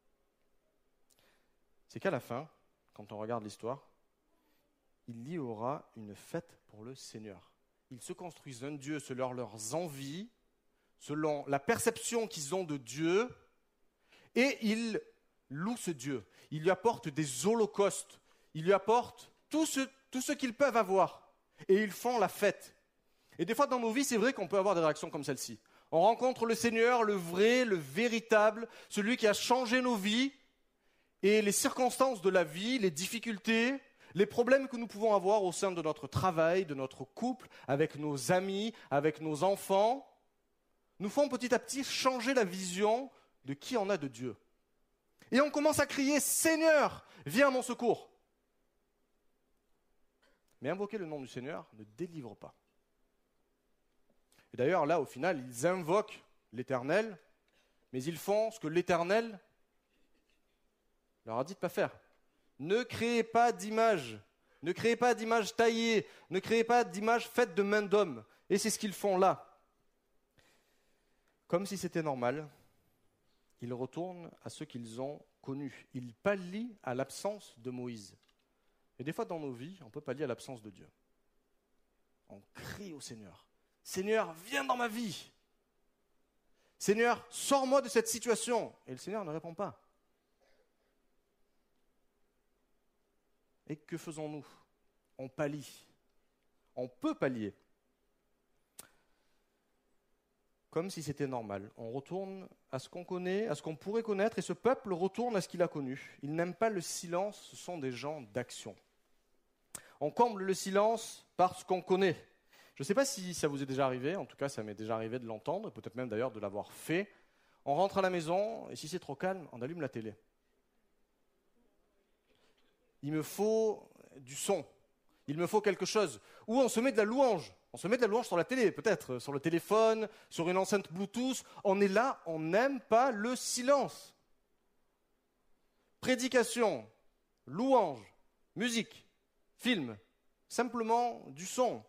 c'est qu'à la fin, quand on regarde l'histoire, il y aura une fête pour le Seigneur. Ils se construisent un Dieu selon leurs envies, selon la perception qu'ils ont de Dieu, et ils louent ce Dieu. Ils lui apportent des holocaustes. Ils lui apportent tout ce, tout ce qu'ils peuvent avoir. Et ils font la fête. Et des fois dans nos vies, c'est vrai qu'on peut avoir des réactions comme celle-ci. On rencontre le Seigneur, le vrai, le véritable, celui qui a changé nos vies. Et les circonstances de la vie, les difficultés, les problèmes que nous pouvons avoir au sein de notre travail, de notre couple, avec nos amis, avec nos enfants, nous font petit à petit changer la vision de qui on a de Dieu. Et on commence à crier « Seigneur, viens à mon secours !» Mais invoquer le nom du Seigneur ne délivre pas. Et d'ailleurs, là, au final, ils invoquent l'Éternel, mais ils font ce que l'Éternel leur a dit de ne pas faire. Ne créez pas d'image, ne créez pas d'image taillée, ne créez pas d'image faite de main d'homme. Et c'est ce qu'ils font là. Comme si c'était normal, ils retournent à ce qu'ils ont connu. Ils pallient à l'absence de Moïse. Et des fois dans nos vies, on peut pallier à l'absence de Dieu. On crie au Seigneur. Seigneur, viens dans ma vie. Seigneur, sors-moi de cette situation. Et le Seigneur ne répond pas. Et que faisons-nous? On pallie. On peut pallier. Comme si c'était normal. On retourne à ce qu'on connaît, à ce qu'on pourrait connaître, et ce peuple retourne à ce qu'il a connu. Il n'aime pas le silence, ce sont des gens d'action. On comble le silence par ce qu'on connaît. Je ne sais pas si ça vous est déjà arrivé, en tout cas ça m'est déjà arrivé de l'entendre, peut-être même d'ailleurs de l'avoir fait. On rentre à la maison, et si c'est trop calme, on allume la télé. Il me faut du son, il me faut quelque chose. Ou on se met de la louange, on se met de la louange sur la télé, peut-être, sur le téléphone, sur une enceinte Bluetooth. On est là, on n'aime pas le silence. Prédication, louange, musique, film, simplement du son.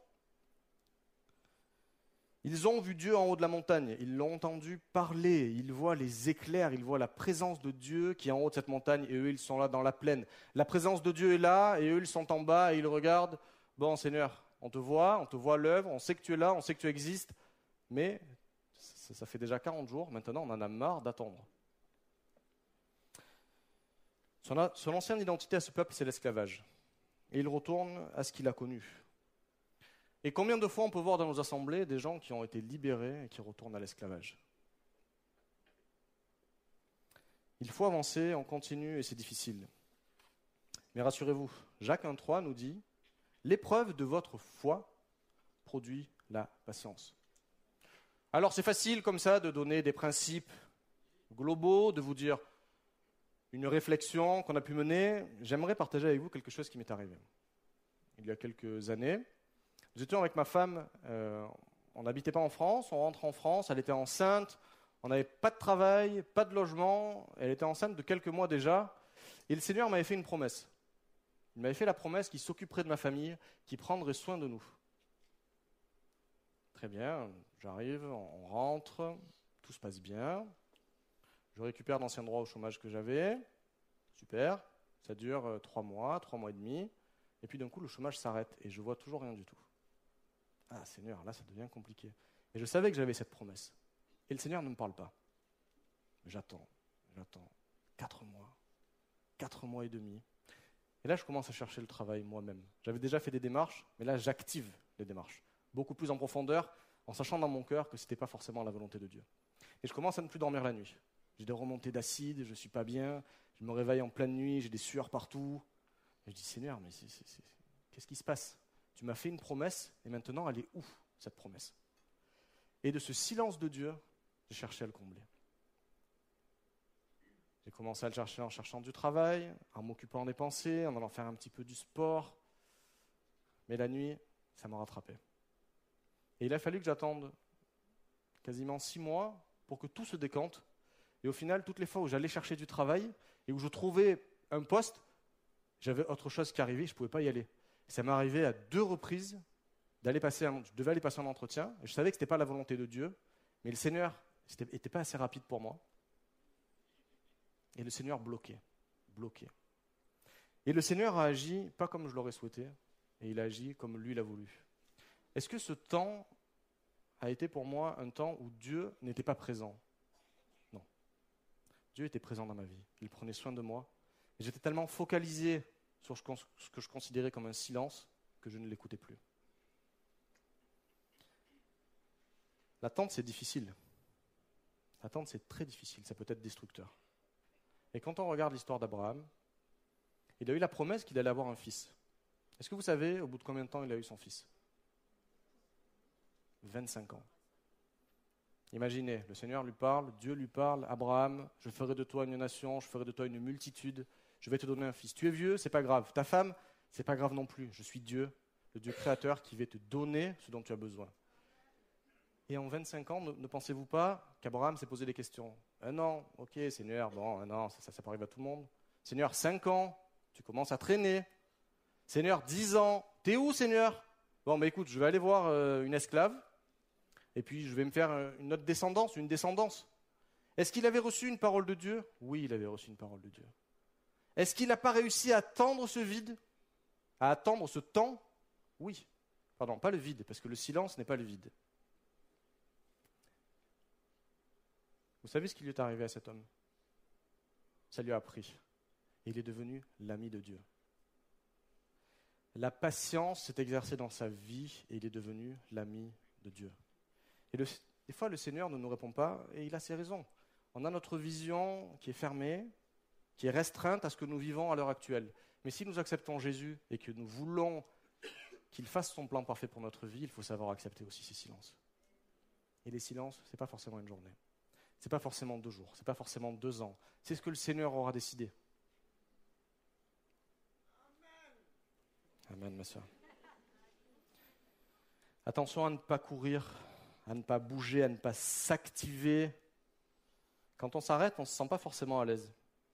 Ils ont vu Dieu en haut de la montagne, ils l'ont entendu parler, ils voient les éclairs, ils voient la présence de Dieu qui est en haut de cette montagne et eux ils sont là dans la plaine. La présence de Dieu est là et eux ils sont en bas et ils regardent. Bon Seigneur, on te voit, on te voit l'œuvre, on sait que tu es là, on sait que tu existes, mais ça, ça fait déjà quarante jours, maintenant on en a marre d'attendre. Son, son ancienne identité à ce peuple c'est l'esclavage et il retourne à ce qu'il a connu. Et combien de fois on peut voir dans nos assemblées des gens qui ont été libérés et qui retournent à l'esclavage? Il faut avancer, on continue et c'est difficile. Mais rassurez-vous, Jacques un trois nous dit « L'épreuve de votre foi produit la patience ». Alors c'est facile comme ça de donner des principes globaux, de vous dire une réflexion qu'on a pu mener. J'aimerais partager avec vous quelque chose qui m'est arrivé. Il y a quelques années, nous étions avec ma femme, euh, on n'habitait pas en France, on rentre en France, elle était enceinte, on n'avait pas de travail, pas de logement, elle était enceinte de quelques mois déjà, et le Seigneur m'avait fait une promesse. Il m'avait fait la promesse qu'il s'occuperait de ma famille, qu'il prendrait soin de nous. Très bien, j'arrive, on rentre, tout se passe bien. Je récupère l'ancien droit au chômage que j'avais. Super, ça dure euh, trois mois, trois mois et demi. Et puis d'un coup, le chômage s'arrête et je vois toujours rien du tout. Ah Seigneur, là ça devient compliqué. Et je savais que j'avais cette promesse. Et le Seigneur ne me parle pas. J'attends, j'attends. Quatre mois, quatre mois et demi. Et là, je commence à chercher le travail moi-même. J'avais déjà fait des démarches, mais là, j'active les démarches. Beaucoup plus en profondeur, en sachant dans mon cœur que ce n'était pas forcément la volonté de Dieu. Et je commence à ne plus dormir la nuit. J'ai des remontées d'acide, je ne suis pas bien, je me réveille en pleine nuit, j'ai des sueurs partout. Et je dis, Seigneur, mais c'est, c'est, c'est... qu'est-ce qui se passe? Tu m'as fait une promesse, et maintenant, elle est où, cette promesse? Et de ce silence de Dieu, j'ai cherché à le combler. J'ai commencé à le chercher en cherchant du travail, en m'occupant des pensées, en allant faire un petit peu du sport. Mais la nuit, ça m'a rattrapé. Et il a fallu que j'attende quasiment six mois pour que tout se décante. Et au final, toutes les fois où j'allais chercher du travail et où je trouvais un poste, j'avais autre chose qui arrivait, je ne pouvais pas y aller. Et ça m'est arrivé à deux reprises d'aller passer un, je devais aller passer un entretien. Et je savais que ce n'était pas la volonté de Dieu, mais le Seigneur n'était pas assez rapide pour moi. Et le Seigneur bloquait, bloquait. Et le Seigneur a agi pas comme je l'aurais souhaité, et il a agi comme lui l'a voulu. Est-ce que ce temps a été pour moi un temps où Dieu n'était pas présent? Non. Dieu était présent dans ma vie. Il prenait soin de moi. Et j'étais tellement focalisé sur ce que je considérais comme un silence que je ne l'écoutais plus. L'attente, c'est difficile. L'attente, c'est très difficile. Ça peut être destructeur. Et quand on regarde l'histoire d'Abraham, il a eu la promesse qu'il allait avoir un fils. Est-ce que vous savez au bout de combien de temps il a eu son fils? vingt-cinq ans. Imaginez, le Seigneur lui parle, Dieu lui parle, Abraham, je ferai de toi une nation, je ferai de toi une multitude, je vais te donner un fils. Tu es vieux, c'est pas grave. Ta femme, c'est pas grave non plus. Je suis Dieu, le Dieu créateur qui va te donner ce dont tu as besoin. Et en vingt-cinq ans, ne, ne pensez-vous pas qu'Abraham s'est posé des questions? Un an, ok, Seigneur, bon, un an, ça, ça, ça peut arriver à tout le monde. Seigneur, cinq ans, tu commences à traîner. Seigneur, dix ans, t'es où, Seigneur? Bon, bah écoute, je vais aller voir euh, une esclave, et puis je vais me faire euh, une autre descendance, une descendance. Est-ce qu'il avait reçu une parole de Dieu? Oui, il avait reçu une parole de Dieu. Est-ce qu'il n'a pas réussi à attendre ce vide? À attendre ce temps? Oui. Pardon, pas le vide, parce que le silence n'est pas le vide. Vous savez ce qui lui est arrivé à cet homme? Ça lui a appris. Et il est devenu l'ami de Dieu. La patience s'est exercée dans sa vie et il est devenu l'ami de Dieu. Et le, des fois, le Seigneur ne nous répond pas et il a ses raisons. On a notre vision qui est fermée, qui est restreinte à ce que nous vivons à l'heure actuelle. Mais si nous acceptons Jésus et que nous voulons qu'il fasse son plan parfait pour notre vie, il faut savoir accepter aussi ces silences. Et les silences, ce n'est pas forcément une journée. Ce n'est pas forcément deux jours, ce n'est pas forcément deux ans. C'est ce que le Seigneur aura décidé. Amen, ma soeur. Attention à ne pas courir, à ne pas bouger, à ne pas s'activer. Quand on s'arrête, on ne se sent pas forcément à l'aise.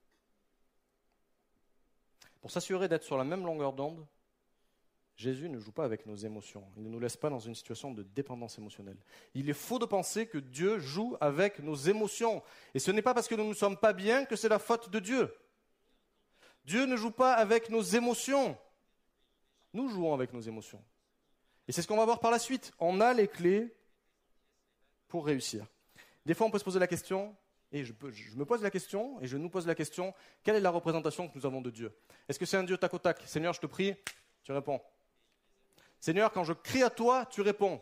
Pour s'assurer d'être sur la même longueur d'onde, Jésus ne joue pas avec nos émotions. Il ne nous laisse pas dans une situation de dépendance émotionnelle. Il est faux de penser que Dieu joue avec nos émotions. Et ce n'est pas parce que nous ne sommes pas bien que c'est la faute de Dieu. Dieu ne joue pas avec nos émotions. Nous jouons avec nos émotions. Et c'est ce qu'on va voir par la suite. On a les clés pour réussir. Des fois, on peut se poser la question, et je, peux, je me pose la question, et je nous pose la question, quelle est la représentation que nous avons de Dieu? Est-ce que c'est un Dieu tac au tac? Seigneur, je te prie, tu réponds. Seigneur, quand je crie à toi, tu réponds.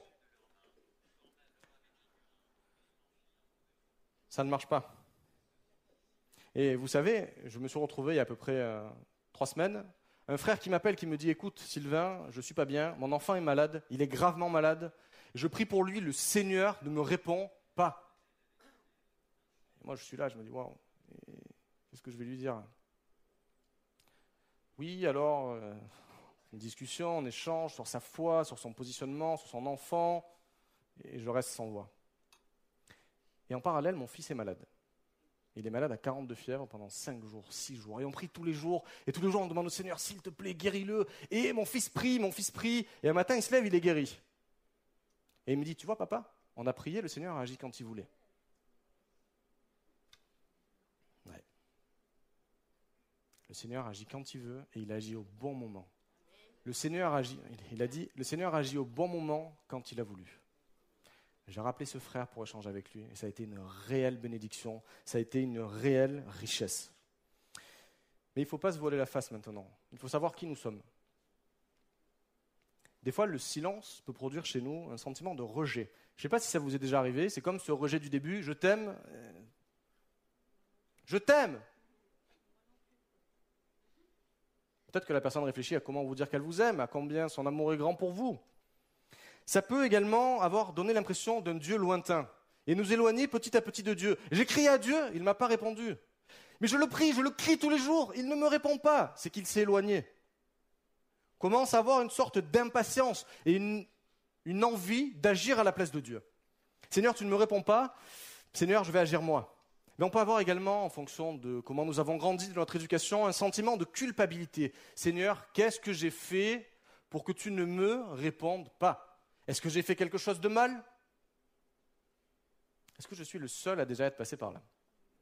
Ça ne marche pas. Et vous savez, je me suis retrouvé il y a à peu près euh, trois semaines, un frère qui m'appelle, qui me dit, écoute Sylvain, je ne suis pas bien, mon enfant est malade, il est gravement malade, je prie pour lui, le Seigneur ne me répond pas. Et moi je suis là, je me dis, waouh, qu'est-ce que je vais lui dire? Oui, alors, euh, une discussion, on échange sur sa foi, sur son positionnement, sur son enfant, et je reste sans voix. Et en parallèle, mon fils est malade. Il est malade à quarante de fièvre pendant cinq jours, six jours. Et on prie tous les jours. Et tous les jours, on demande au Seigneur, s'il te plaît, guéris-le. Et mon fils prie, mon fils prie. Et un matin, il se lève, il est guéri. Et il me dit, tu vois papa, on a prié, le Seigneur a agi quand il voulait. Ouais. Le Seigneur agit quand il veut et il agit au bon moment. Le Seigneur agit, il a dit, le Seigneur agit au bon moment quand il a voulu. J'ai rappelé ce frère pour échanger avec lui et ça a été une réelle bénédiction, ça a été une réelle richesse. Mais il ne faut pas se voiler la face maintenant, il faut savoir qui nous sommes. Des fois, le silence peut produire chez nous un sentiment de rejet. Je ne sais pas si ça vous est déjà arrivé, c'est comme ce rejet du début, je t'aime, je t'aime. Peut-être que la personne réfléchit à comment vous dire qu'elle vous aime, à combien son amour est grand pour vous. Ça peut également avoir donné l'impression d'un Dieu lointain et nous éloigner petit à petit de Dieu. J'ai crié à Dieu, il ne m'a pas répondu. Mais je le prie, je le crie tous les jours, il ne me répond pas, c'est qu'il s'est éloigné. Commence à avoir une sorte d'impatience et une, une envie d'agir à la place de Dieu. Seigneur, tu ne me réponds pas, Seigneur, je vais agir moi. Mais on peut avoir également, en fonction de comment nous avons grandi de notre éducation, un sentiment de culpabilité. Seigneur, qu'est-ce que j'ai fait pour que tu ne me répondes pas ? Est-ce que j'ai fait quelque chose de mal ? Est-ce que je suis le seul à déjà être passé par là ?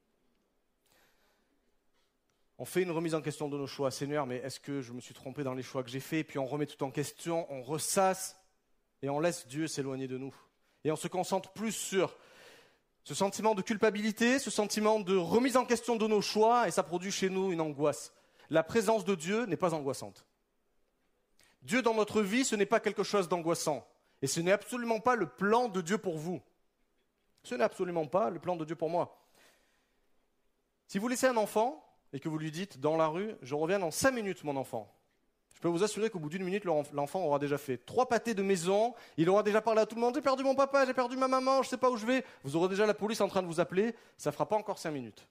On fait une remise en question de nos choix. Seigneur, mais est-ce que je me suis trompé dans les choix que j'ai faits ? Puis on remet tout en question, on ressasse et on laisse Dieu s'éloigner de nous. Et on se concentre plus sur ce sentiment de culpabilité, ce sentiment de remise en question de nos choix, et ça produit chez nous une angoisse. La présence de Dieu n'est pas angoissante. Dieu dans notre vie, ce n'est pas quelque chose d'angoissant. Et ce n'est absolument pas le plan de Dieu pour vous. Ce n'est absolument pas le plan de Dieu pour moi. Si vous laissez un enfant et que vous lui dites dans la rue, je reviens dans cinq minutes mon enfant, je peux vous assurer qu'au bout d'une minute, l'enfant aura déjà fait trois pâtés de maison, il aura déjà parlé à tout le monde, j'ai perdu mon papa, j'ai perdu ma maman, je ne sais pas où je vais, vous aurez déjà la police en train de vous appeler, ça ne fera pas encore cinq minutes.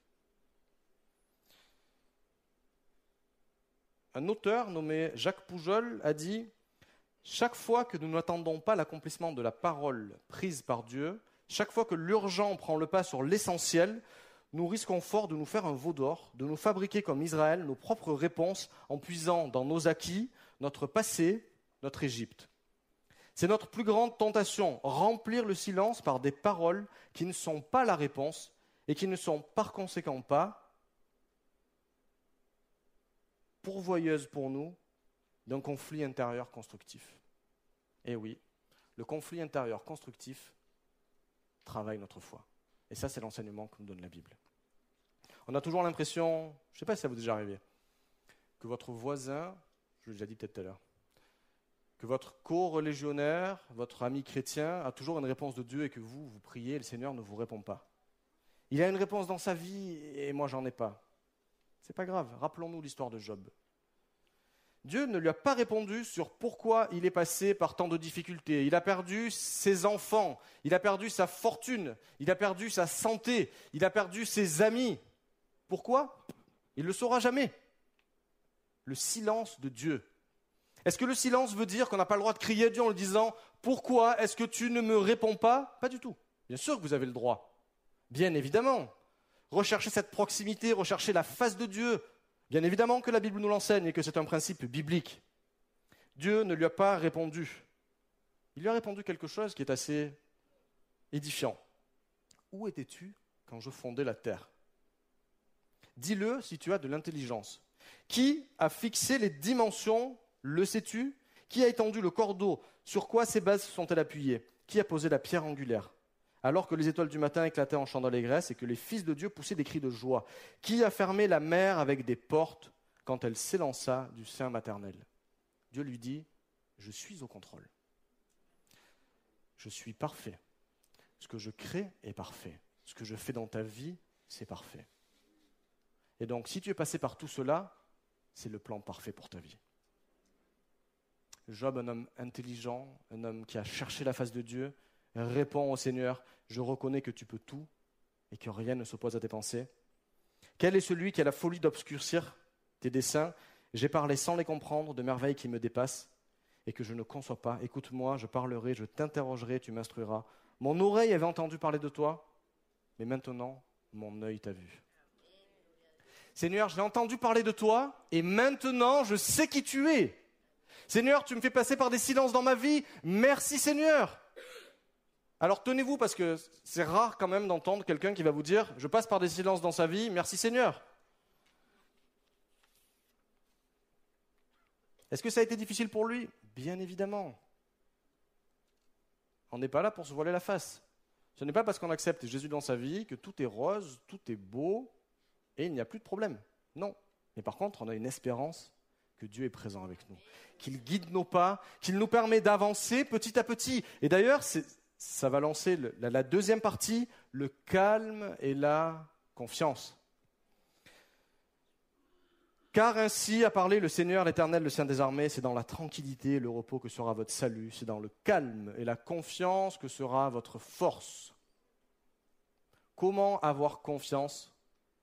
Un auteur nommé Jacques Poujol a dit « Chaque fois que nous n'attendons pas l'accomplissement de la parole prise par Dieu, chaque fois que l'urgent prend le pas sur l'essentiel, nous risquons fort de nous faire un veau d'or, de nous fabriquer comme Israël nos propres réponses en puisant dans nos acquis, notre passé, notre Égypte. C'est notre plus grande tentation, remplir le silence par des paroles qui ne sont pas la réponse et qui ne sont par conséquent pas pourvoyeuses pour nous d'un conflit intérieur constructif. Et oui, le conflit intérieur constructif travaille notre foi. Et ça, c'est l'enseignement que nous donne la Bible. On a toujours l'impression, je ne sais pas si ça vous est déjà arrivé, que votre voisin, je l'ai déjà dit peut-être tout à l'heure, que votre co-religionnaire, votre ami chrétien a toujours une réponse de Dieu et que vous, vous priez et le Seigneur ne vous répond pas. Il a une réponse dans sa vie et moi, j'en ai pas. C'est pas grave, rappelons-nous l'histoire de Job. Dieu ne lui a pas répondu sur pourquoi il est passé par tant de difficultés. Il a perdu ses enfants, il a perdu sa fortune, il a perdu sa santé, il a perdu ses amis. Pourquoi ? Il ne le saura jamais. Le silence de Dieu. Est-ce que le silence veut dire qu'on n'a pas le droit de crier à Dieu en lui disant « Pourquoi est-ce que tu ne me réponds pas ?» Pas du tout. Bien sûr que vous avez le droit. Bien évidemment. Recherchez cette proximité, recherchez la face de Dieu. Bien évidemment que la Bible nous l'enseigne et que c'est un principe biblique. Dieu ne lui a pas répondu. Il lui a répondu quelque chose qui est assez édifiant. « Où étais-tu quand je fondais la terre ?» Dis-le si tu as de l'intelligence. Qui a fixé les dimensions, le sais-tu ? Qui a étendu le cordeau ? Sur quoi ces bases sont-elles appuyées ? Qui a posé la pierre angulaire ? Alors que les étoiles du matin éclataient en chants d'allégresse et que les fils de Dieu poussaient des cris de joie. Qui a fermé la mer avec des portes quand elle s'élança du sein maternel ? Dieu lui dit, je suis au contrôle. Je suis parfait. Ce que je crée est parfait. Ce que je fais dans ta vie, c'est parfait. Et donc, si tu es passé par tout cela, c'est le plan parfait pour ta vie. Job, un homme intelligent, un homme qui a cherché la face de Dieu, répond au Seigneur, je reconnais que tu peux tout et que rien ne s'oppose à tes pensées. Quel est celui qui a la folie d'obscurcir tes desseins ? J'ai parlé sans les comprendre de merveilles qui me dépassent et que je ne conçois pas. Écoute-moi, je parlerai, je t'interrogerai, tu m'instruiras. Mon oreille avait entendu parler de toi, mais maintenant, mon œil t'a vu. Seigneur, j'ai entendu parler de toi et maintenant, je sais qui tu es. Seigneur, tu me fais passer par des silences dans ma vie. Merci Seigneur. Alors tenez-vous, parce que c'est rare quand même d'entendre quelqu'un qui va vous dire « Je passe par des silences dans sa vie, merci Seigneur ». Est-ce que ça a été difficile pour lui ? Bien évidemment. On n'est pas là pour se voiler la face. Ce n'est pas parce qu'on accepte Jésus dans sa vie que tout est rose, tout est beau et il n'y a plus de problème. Non. Mais par contre, on a une espérance que Dieu est présent avec nous, qu'il guide nos pas, qu'il nous permet d'avancer petit à petit. Et d'ailleurs, c'est, ça va lancer le, la, la deuxième partie, le calme et la confiance. Car ainsi a parlé le Seigneur, l'Éternel, le Saint des armées, c'est dans la tranquillité et le repos que sera votre salut, c'est dans le calme et la confiance que sera votre force. Comment avoir confiance ?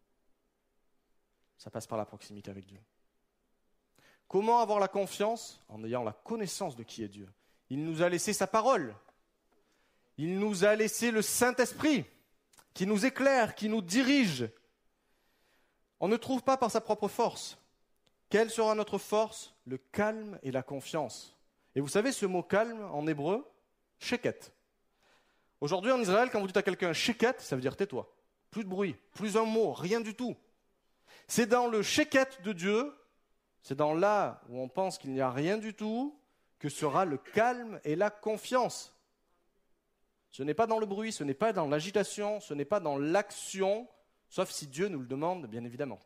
Ça passe par la proximité avec Dieu. Comment avoir la confiance ? En ayant la connaissance de qui est Dieu. Il nous a laissé sa parole. Il nous a laissé le Saint-Esprit qui nous éclaire, qui nous dirige. On ne trouve pas par sa propre force. Quelle sera notre force ? Le calme et la confiance. Et vous savez, ce mot calme, en hébreu, sheket. Aujourd'hui, en Israël, quand vous dites à quelqu'un sheket, ça veut dire tais-toi. Plus de bruit, plus un mot, rien du tout. C'est dans le sheket de Dieu, c'est dans là où on pense qu'il n'y a rien du tout, que sera le calme et la confiance. Ce n'est pas dans le bruit, ce n'est pas dans l'agitation, ce n'est pas dans l'action, sauf si Dieu nous le demande, bien évidemment.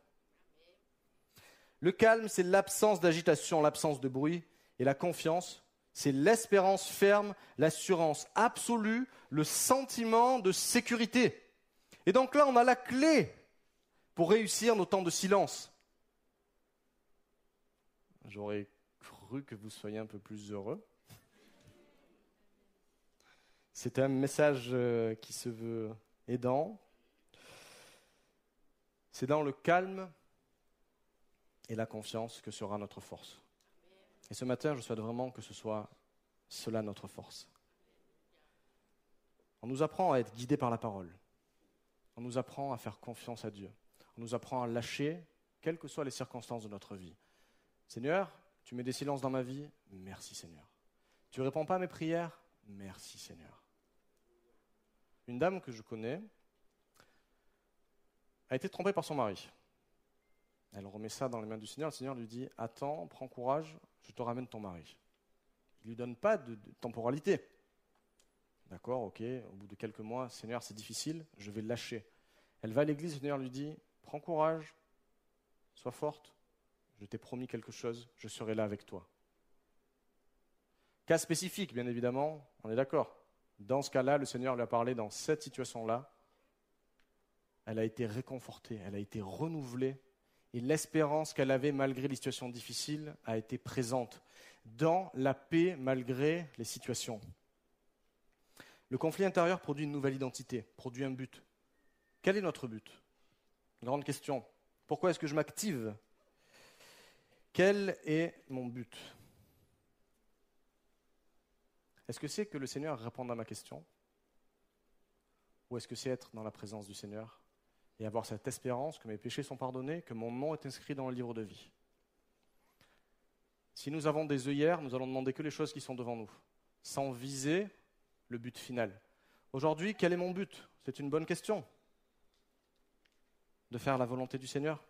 Le calme, c'est l'absence d'agitation, l'absence de bruit, et la confiance, c'est l'espérance ferme, l'assurance absolue, le sentiment de sécurité. Et donc là, on a la clé pour réussir nos temps de silence. J'aurais cru que vous soyez un peu plus heureux. C'est un message qui se veut aidant. C'est dans le calme et la confiance que sera notre force. Et ce matin, je souhaite vraiment que ce soit cela notre force. On nous apprend à être guidés par la parole. On nous apprend à faire confiance à Dieu. On nous apprend à lâcher, quelles que soient les circonstances de notre vie. Seigneur, tu mets des silences dans ma vie, merci Seigneur. Tu ne réponds pas à mes prières, merci Seigneur. Une dame que je connais a été trompée par son mari. Elle remet ça dans les mains du Seigneur. Le Seigneur lui dit « Attends, prends courage, je te ramène ton mari. » Il ne lui donne pas de, de temporalité. D'accord, ok, au bout de quelques mois, Seigneur, c'est difficile, je vais le lâcher. Elle va à l'église, le Seigneur lui dit « Prends courage, sois forte, je t'ai promis quelque chose, je serai là avec toi. » Cas spécifique, bien évidemment, on est d'accord. Dans ce cas-là, le Seigneur lui a parlé dans cette situation-là. Elle a été réconfortée, elle a été renouvelée. Et l'espérance qu'elle avait malgré les situations difficiles a été présente dans la paix malgré les situations. Le conflit intérieur produit une nouvelle identité, produit un but. Quel est notre but ? Grande question. Pourquoi est-ce que je m'active ? Quel est mon but ? Est-ce que c'est que le Seigneur réponde à ma question ? Ou est-ce que c'est être dans la présence du Seigneur ? Et avoir cette espérance que mes péchés sont pardonnés, que mon nom est inscrit dans le livre de vie. Si nous avons des œillères, nous allons demander que les choses qui sont devant nous, sans viser le but final. Aujourd'hui, quel est mon but ? C'est une bonne question. De faire la volonté du Seigneur.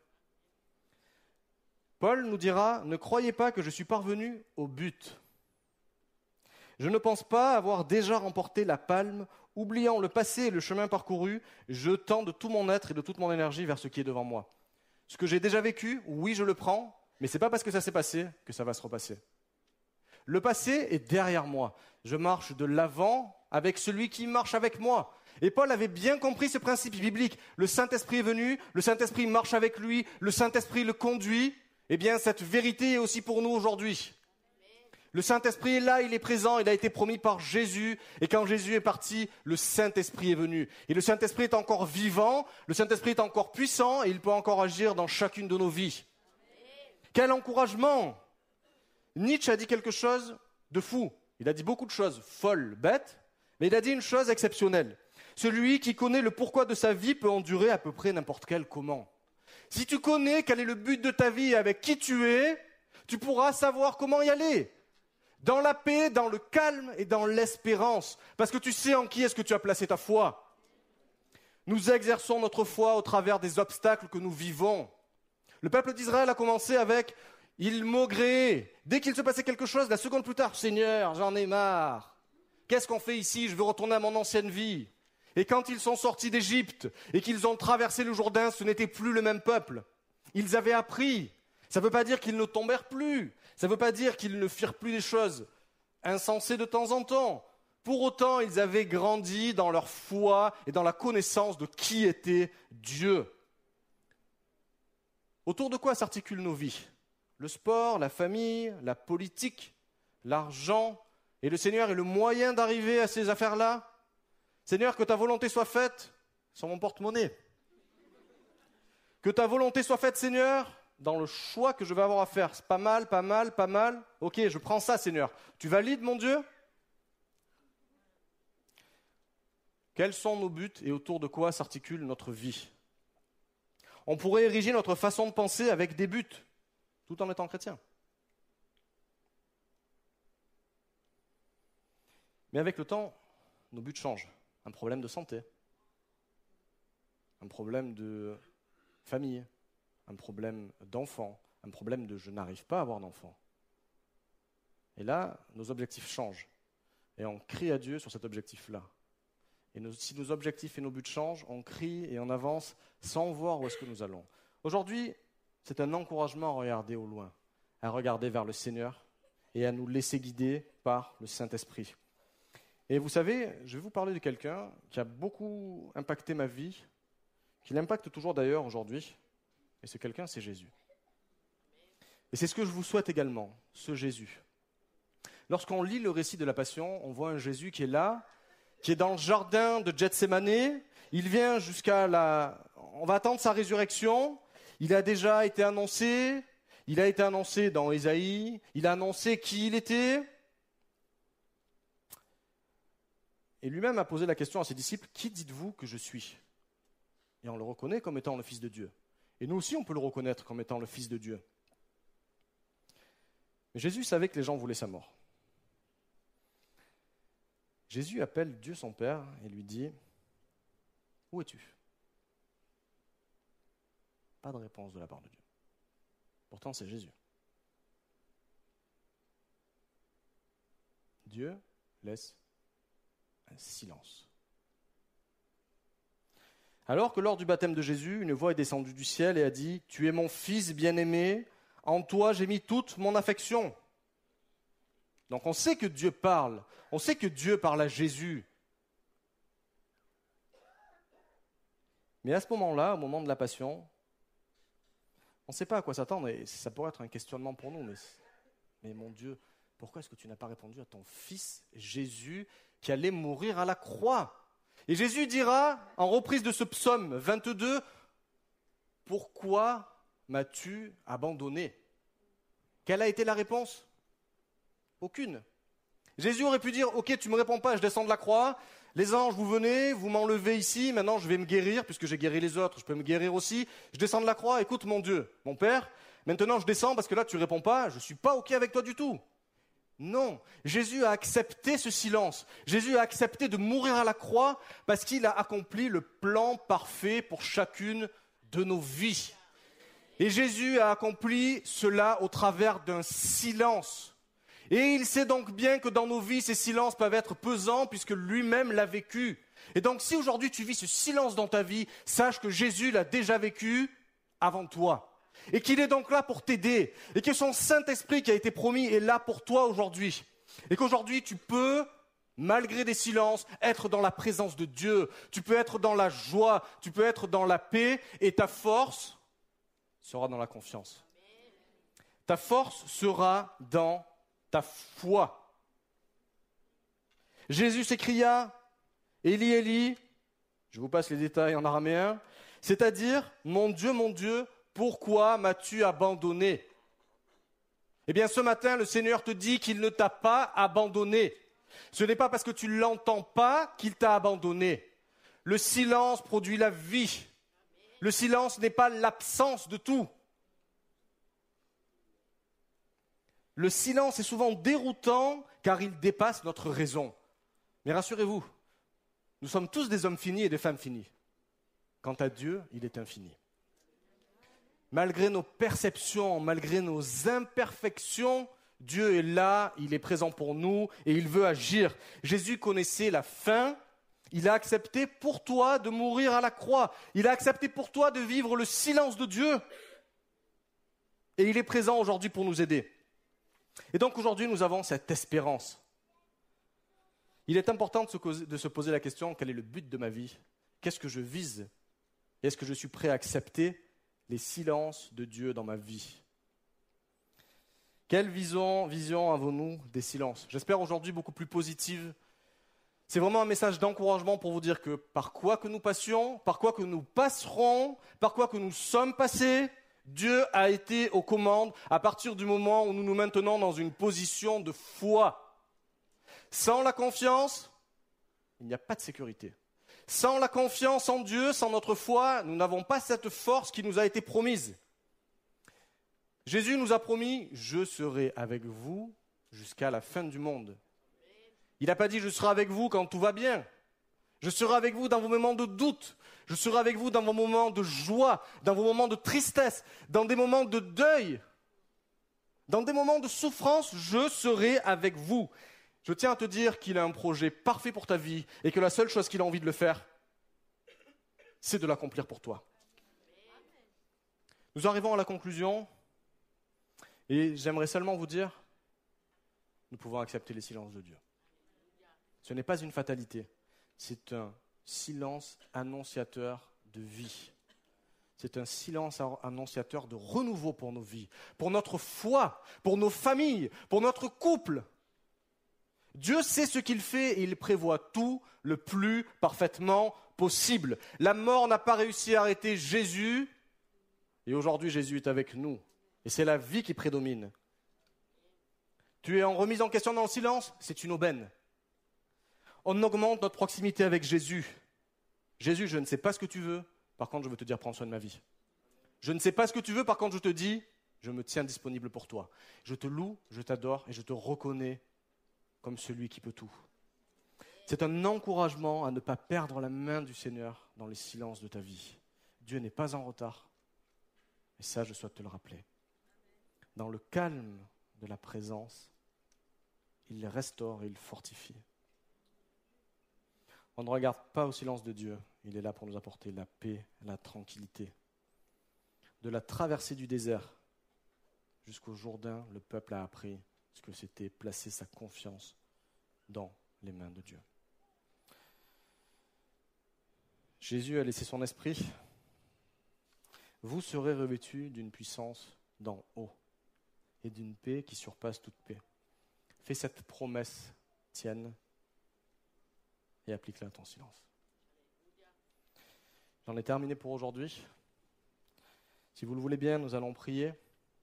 Paul nous dira, ne croyez pas que je suis parvenu au but. Je ne pense pas avoir déjà remporté la palme, oubliant le passé et le chemin parcouru, je tends de tout mon être et de toute mon énergie vers ce qui est devant moi. Ce que j'ai déjà vécu, oui, je le prends, mais ce n'est pas parce que ça s'est passé que ça va se repasser. Le passé est derrière moi. Je marche de l'avant avec celui qui marche avec moi. Et Paul avait bien compris ce principe biblique. Le Saint-Esprit est venu, le Saint-Esprit marche avec lui, le Saint-Esprit le conduit. Eh bien, cette vérité est aussi pour nous aujourd'hui. Le Saint-Esprit est là, il est présent, il a été promis par Jésus. Et quand Jésus est parti, le Saint-Esprit est venu. Et le Saint-Esprit est encore vivant, le Saint-Esprit est encore puissant et il peut encore agir dans chacune de nos vies. Quel encouragement! Nietzsche a dit quelque chose de fou. Il a dit beaucoup de choses folles, bêtes, mais il a dit une chose exceptionnelle. Celui qui connaît le pourquoi de sa vie peut endurer à peu près n'importe quel comment. Si tu connais quel est le but de ta vie et avec qui tu es, tu pourras savoir comment y aller. dans la paix, dans le calme et dans l'espérance. Parce que tu sais en qui est-ce que tu as placé ta foi. Nous exerçons notre foi au travers des obstacles que nous vivons. Le peuple d'Israël a commencé avec « il maugréait ». Dès qu'il se passait quelque chose, la seconde plus tard, « Seigneur, j'en ai marre. Qu'est-ce qu'on fait ici? Je veux retourner à mon ancienne vie. » Et quand ils sont sortis d'Égypte et qu'ils ont traversé le Jourdain, ce n'était plus le même peuple. Ils avaient appris. Ça ne veut pas dire qu'ils ne tombèrent plus. Ça ne veut pas dire qu'ils ne firent plus des choses insensées de temps en temps. Pour autant, ils avaient grandi dans leur foi et dans la connaissance de qui était Dieu. Autour de quoi s'articulent nos vies? Le sport, la famille, la politique, l'argent. Et le Seigneur est le moyen d'arriver à ces affaires-là. Seigneur, que ta volonté soit faite sur mon porte-monnaie. Que ta volonté soit faite, Seigneur, dans le choix que je vais avoir à faire. C'est pas mal, pas mal, pas mal. Ok, je prends ça, Seigneur. Tu valides, mon Dieu? Quels sont nos buts et autour de quoi s'articule notre vie? On pourrait ériger notre façon de penser avec des buts, tout en étant chrétien. Mais avec le temps, nos buts changent. Un problème de santé, un problème de famille, un problème d'enfant, un problème de « je n'arrive pas à avoir d'enfant ». Et là, nos objectifs changent. Et on crie à Dieu sur cet objectif-là. Et nos, si nos objectifs et nos buts changent, on crie et on avance sans voir où est-ce que nous allons. Aujourd'hui, c'est un encouragement à regarder au loin, à regarder vers le Seigneur et à nous laisser guider par le Saint-Esprit. Et vous savez, je vais vous parler de quelqu'un qui a beaucoup impacté ma vie, qui l'impacte toujours d'ailleurs aujourd'hui. Et ce quelqu'un, c'est Jésus. Et c'est ce que je vous souhaite également, ce Jésus. Lorsqu'on lit le récit de la Passion, on voit un Jésus qui est là, qui est dans le jardin de Gethsémanée. Il vient jusqu'à la... On va attendre sa résurrection. Il a déjà été annoncé. Il a été annoncé dans Ésaïe. Il a annoncé qui il était. Et lui-même a posé la question à ses disciples, « Qui dites-vous que je suis ?» Et on le reconnaît comme étant le Fils de Dieu. Et nous aussi, on peut le reconnaître comme étant le Fils de Dieu. Mais Jésus savait que les gens voulaient sa mort. Jésus appelle Dieu son Père et lui dit, « Où es-tu » Pas de réponse de la part de Dieu. Pourtant, c'est Jésus. Dieu laisse un silence. Alors que lors du baptême de Jésus, une voix est descendue du ciel et a dit « Tu es mon Fils bien-aimé, en toi j'ai mis toute mon affection. » Donc on sait que Dieu parle, on sait que Dieu parle à Jésus. Mais à ce moment-là, au moment de la Passion, on ne sait pas à quoi s'attendre et ça pourrait être un questionnement pour nous. Mais, mais mon Dieu, pourquoi est-ce que tu n'as pas répondu à ton Fils Jésus qui allait mourir à la croix? Et Jésus dira, en reprise de ce psaume vingt-deux, « Pourquoi m'as-tu abandonné ?» Quelle a été la réponse? Aucune. Jésus aurait pu dire, « Ok, tu ne me réponds pas, je descends de la croix, les anges, vous venez, vous m'enlevez ici, maintenant je vais me guérir, puisque j'ai guéri les autres, je peux me guérir aussi, je descends de la croix, écoute mon Dieu, mon Père, maintenant je descends parce que là tu ne réponds pas, je ne suis pas ok avec toi du tout. » Non, Jésus a accepté ce silence. Jésus a accepté de mourir à la croix parce qu'il a accompli le plan parfait pour chacune de nos vies. Et Jésus a accompli cela au travers d'un silence. Et il sait donc bien que dans nos vies, ces silences peuvent être pesants puisque lui-même l'a vécu. Et donc si aujourd'hui tu vis ce silence dans ta vie, sache que Jésus l'a déjà vécu avant toi. Et qu'il est donc là pour t'aider, et que son Saint-Esprit qui a été promis est là pour toi aujourd'hui. Et qu'aujourd'hui tu peux, malgré des silences, être dans la présence de Dieu. Tu peux être dans la joie, tu peux être dans la paix, et ta force sera dans la confiance. Ta force sera dans ta foi. Jésus s'écria, « Élie, Élie », je vous passe les détails en araméen, c'est-à-dire « Mon Dieu, mon Dieu, pourquoi m'as-tu abandonné ?» Eh bien, ce matin, le Seigneur te dit qu'il ne t'a pas abandonné. Ce n'est pas parce que tu ne l'entends pas qu'il t'a abandonné. Le silence produit la vie. Le silence n'est pas l'absence de tout. Le silence est souvent déroutant car il dépasse notre raison. Mais rassurez-vous, nous sommes tous des hommes finis et des femmes finies. Quant à Dieu, il est infini. Malgré nos perceptions, malgré nos imperfections, Dieu est là, il est présent pour nous et il veut agir. Jésus connaissait la fin, il a accepté pour toi de mourir à la croix. Il a accepté pour toi de vivre le silence de Dieu. Et il est présent aujourd'hui pour nous aider. Et donc aujourd'hui, nous avons cette espérance. Il est important de se, causer, de se poser la question, quel est le but de ma vie ? Qu'est-ce que je vise ? Et est-ce que je suis prêt à accepter les silences de Dieu dans ma vie ? Quelle vision, vision avons-nous des silences ? J'espère aujourd'hui beaucoup plus positive. C'est vraiment un message d'encouragement pour vous dire que par quoi que nous passions, par quoi que nous passerons, par quoi que nous sommes passés, Dieu a été aux commandes à partir du moment où nous nous maintenons dans une position de foi. Sans la confiance, il n'y a pas de sécurité. Sans la confiance en Dieu, sans notre foi, nous n'avons pas cette force qui nous a été promise. Jésus nous a promis « Je serai avec vous jusqu'à la fin du monde ». Il n'a pas dit « Je serai avec vous quand tout va bien ». Je serai avec vous dans vos moments de doute. Je serai avec vous dans vos moments de joie, dans vos moments de tristesse, dans des moments de deuil, dans des moments de souffrance. Je serai avec vous. Je tiens à te dire qu'il a un projet parfait pour ta vie et que la seule chose qu'il a envie de le faire, c'est de l'accomplir pour toi. Nous arrivons à la conclusion et j'aimerais seulement vous dire, nous pouvons accepter les silences de Dieu. Ce n'est pas une fatalité. C'est un silence annonciateur de vie. C'est un silence annonciateur de renouveau pour nos vies, pour notre foi, pour nos familles, pour notre couple. Dieu sait ce qu'il fait et il prévoit tout le plus parfaitement possible. La mort n'a pas réussi à arrêter Jésus et aujourd'hui Jésus est avec nous. Et c'est la vie qui prédomine. Tu es en remise en question dans le silence, c'est une aubaine. On augmente notre proximité avec Jésus. Jésus, je ne sais pas ce que tu veux, par contre je veux te dire prends soin de ma vie. Je ne sais pas ce que tu veux, par contre je te dis, je me tiens disponible pour toi. Je te loue, je t'adore et je te reconnais comme celui qui peut tout. C'est un encouragement à ne pas perdre la main du Seigneur dans les silences de ta vie. Dieu n'est pas en retard. Et ça, je souhaite te le rappeler. Dans le calme de la présence, il les restaure et il fortifie. On ne regarde pas au silence de Dieu. Il est là pour nous apporter la paix, la tranquillité. De la traversée du désert jusqu'au Jourdain, le peuple a appris ce que c'était placer sa confiance dans les mains de Dieu. Jésus a laissé son esprit. Vous serez revêtus d'une puissance d'en haut et d'une paix qui surpasse toute paix. Fais cette promesse tienne et applique-la à ton silence. J'en ai terminé pour aujourd'hui. Si vous le voulez bien, nous allons prier.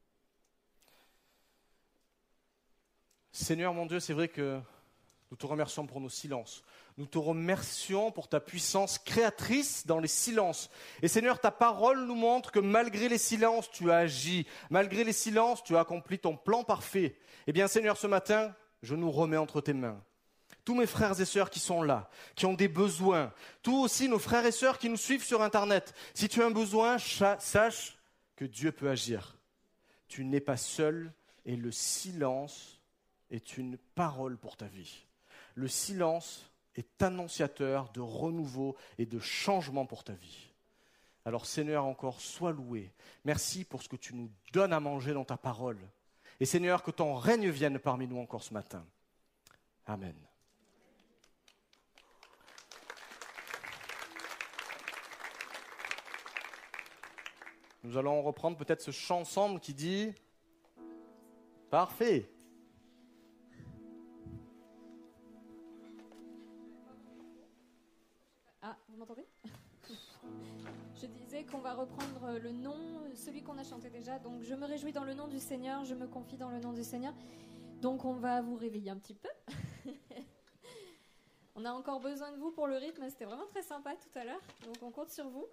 Seigneur mon Dieu, c'est vrai que nous te remercions pour nos silences. Nous te remercions pour ta puissance créatrice dans les silences. Et Seigneur, ta parole nous montre que malgré les silences, tu as agi. Malgré les silences, tu as accompli ton plan parfait. Eh bien Seigneur, ce matin, je nous remets entre tes mains. Tous mes frères et sœurs qui sont là, qui ont des besoins, tous aussi nos frères et sœurs qui nous suivent sur Internet. Si tu as un besoin, sache que Dieu peut agir. Tu n'es pas seul et le silence est une parole pour ta vie. Le silence est annonciateur de renouveau et de changement pour ta vie. Alors Seigneur, encore sois loué. Merci pour ce que tu nous donnes à manger dans ta parole. Et Seigneur, que ton règne vienne parmi nous encore ce matin. Amen. Nous allons reprendre peut-être ce chant ensemble qui dit « Parfait ». Ah, vous m'entendez ? Je disais qu'on va reprendre le nom, celui qu'on a chanté déjà. Donc, je me réjouis dans le nom du Seigneur, je me confie dans le nom du Seigneur. Donc, on va vous réveiller un petit peu. On a encore besoin de vous pour le rythme, c'était vraiment très sympa tout à l'heure. Donc, on compte sur vous.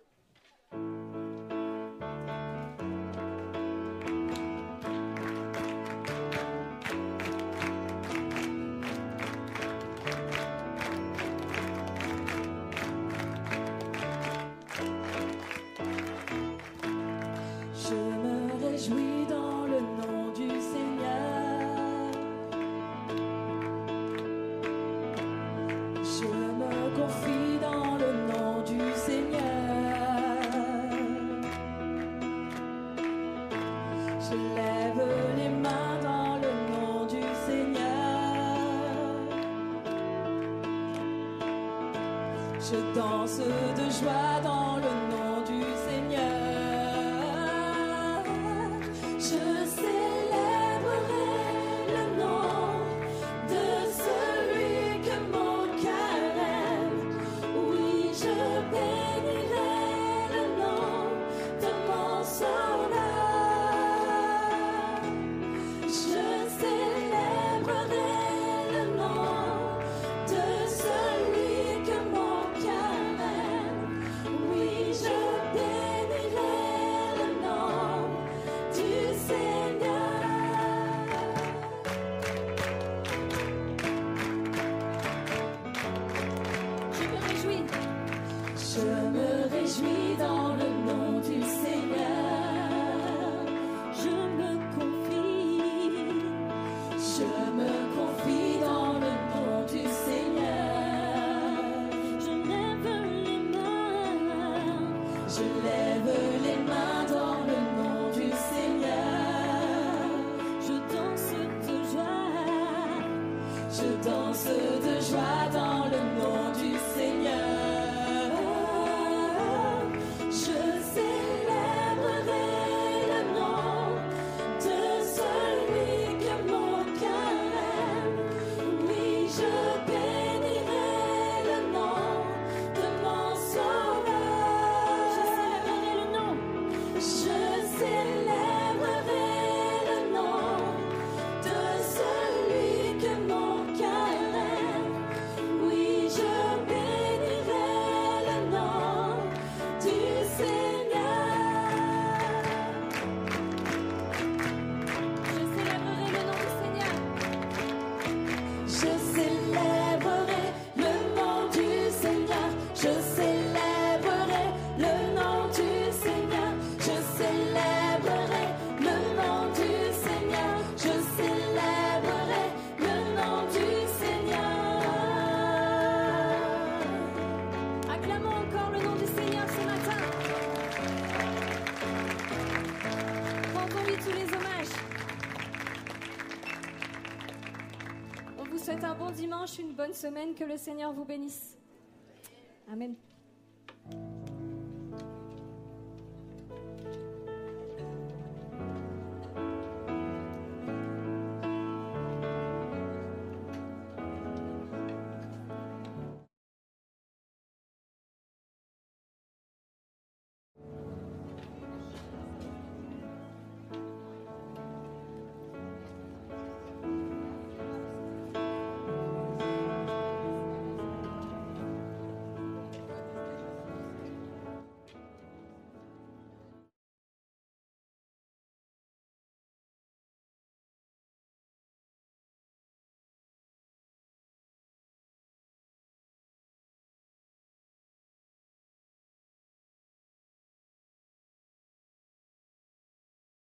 Je lève les mains dans le nom du Seigneur. Je danse de joie dans le nom du Seigneur. Je célébrerai le nom de celui que mon cœur aime. Oui, je bénirai le nom de mon Sauveur. Je célébrerai le nom de celui que mon cœur aime. Oui, je bénirai le nom du Seigneur. Je me réjouis. Je me réjouis dans le nom du Seigneur. Je me confie. Je me confie dans le nom du Seigneur. Je lève les mains. Je lève les mains dans le nom du Seigneur. Je danse de joie. Je danse de joie dans le nom du Seigneur. Je célébrerai le nom de celui que mon cœur aime. Oui, je bénirai le nom de mon Sauveur. Je célébrerai le nom. Je célébrerai le nom de celui que mon cœur aime. Oui, je bénirai le nom du Seigneur. Je célébrerai le nom du Seigneur. Je célébrerai le nom du Seigneur. Je célébrerai le nom du Seigneur. Je célébrerai le nom du Seigneur. Je célébrerai le nom du Seigneur. Acclamons encore le nom du Seigneur ce matin. Rendons-lui tous les hommages. On vous souhaite un bon dimanche, une bonne semaine, que le Seigneur vous bénisse. Amen.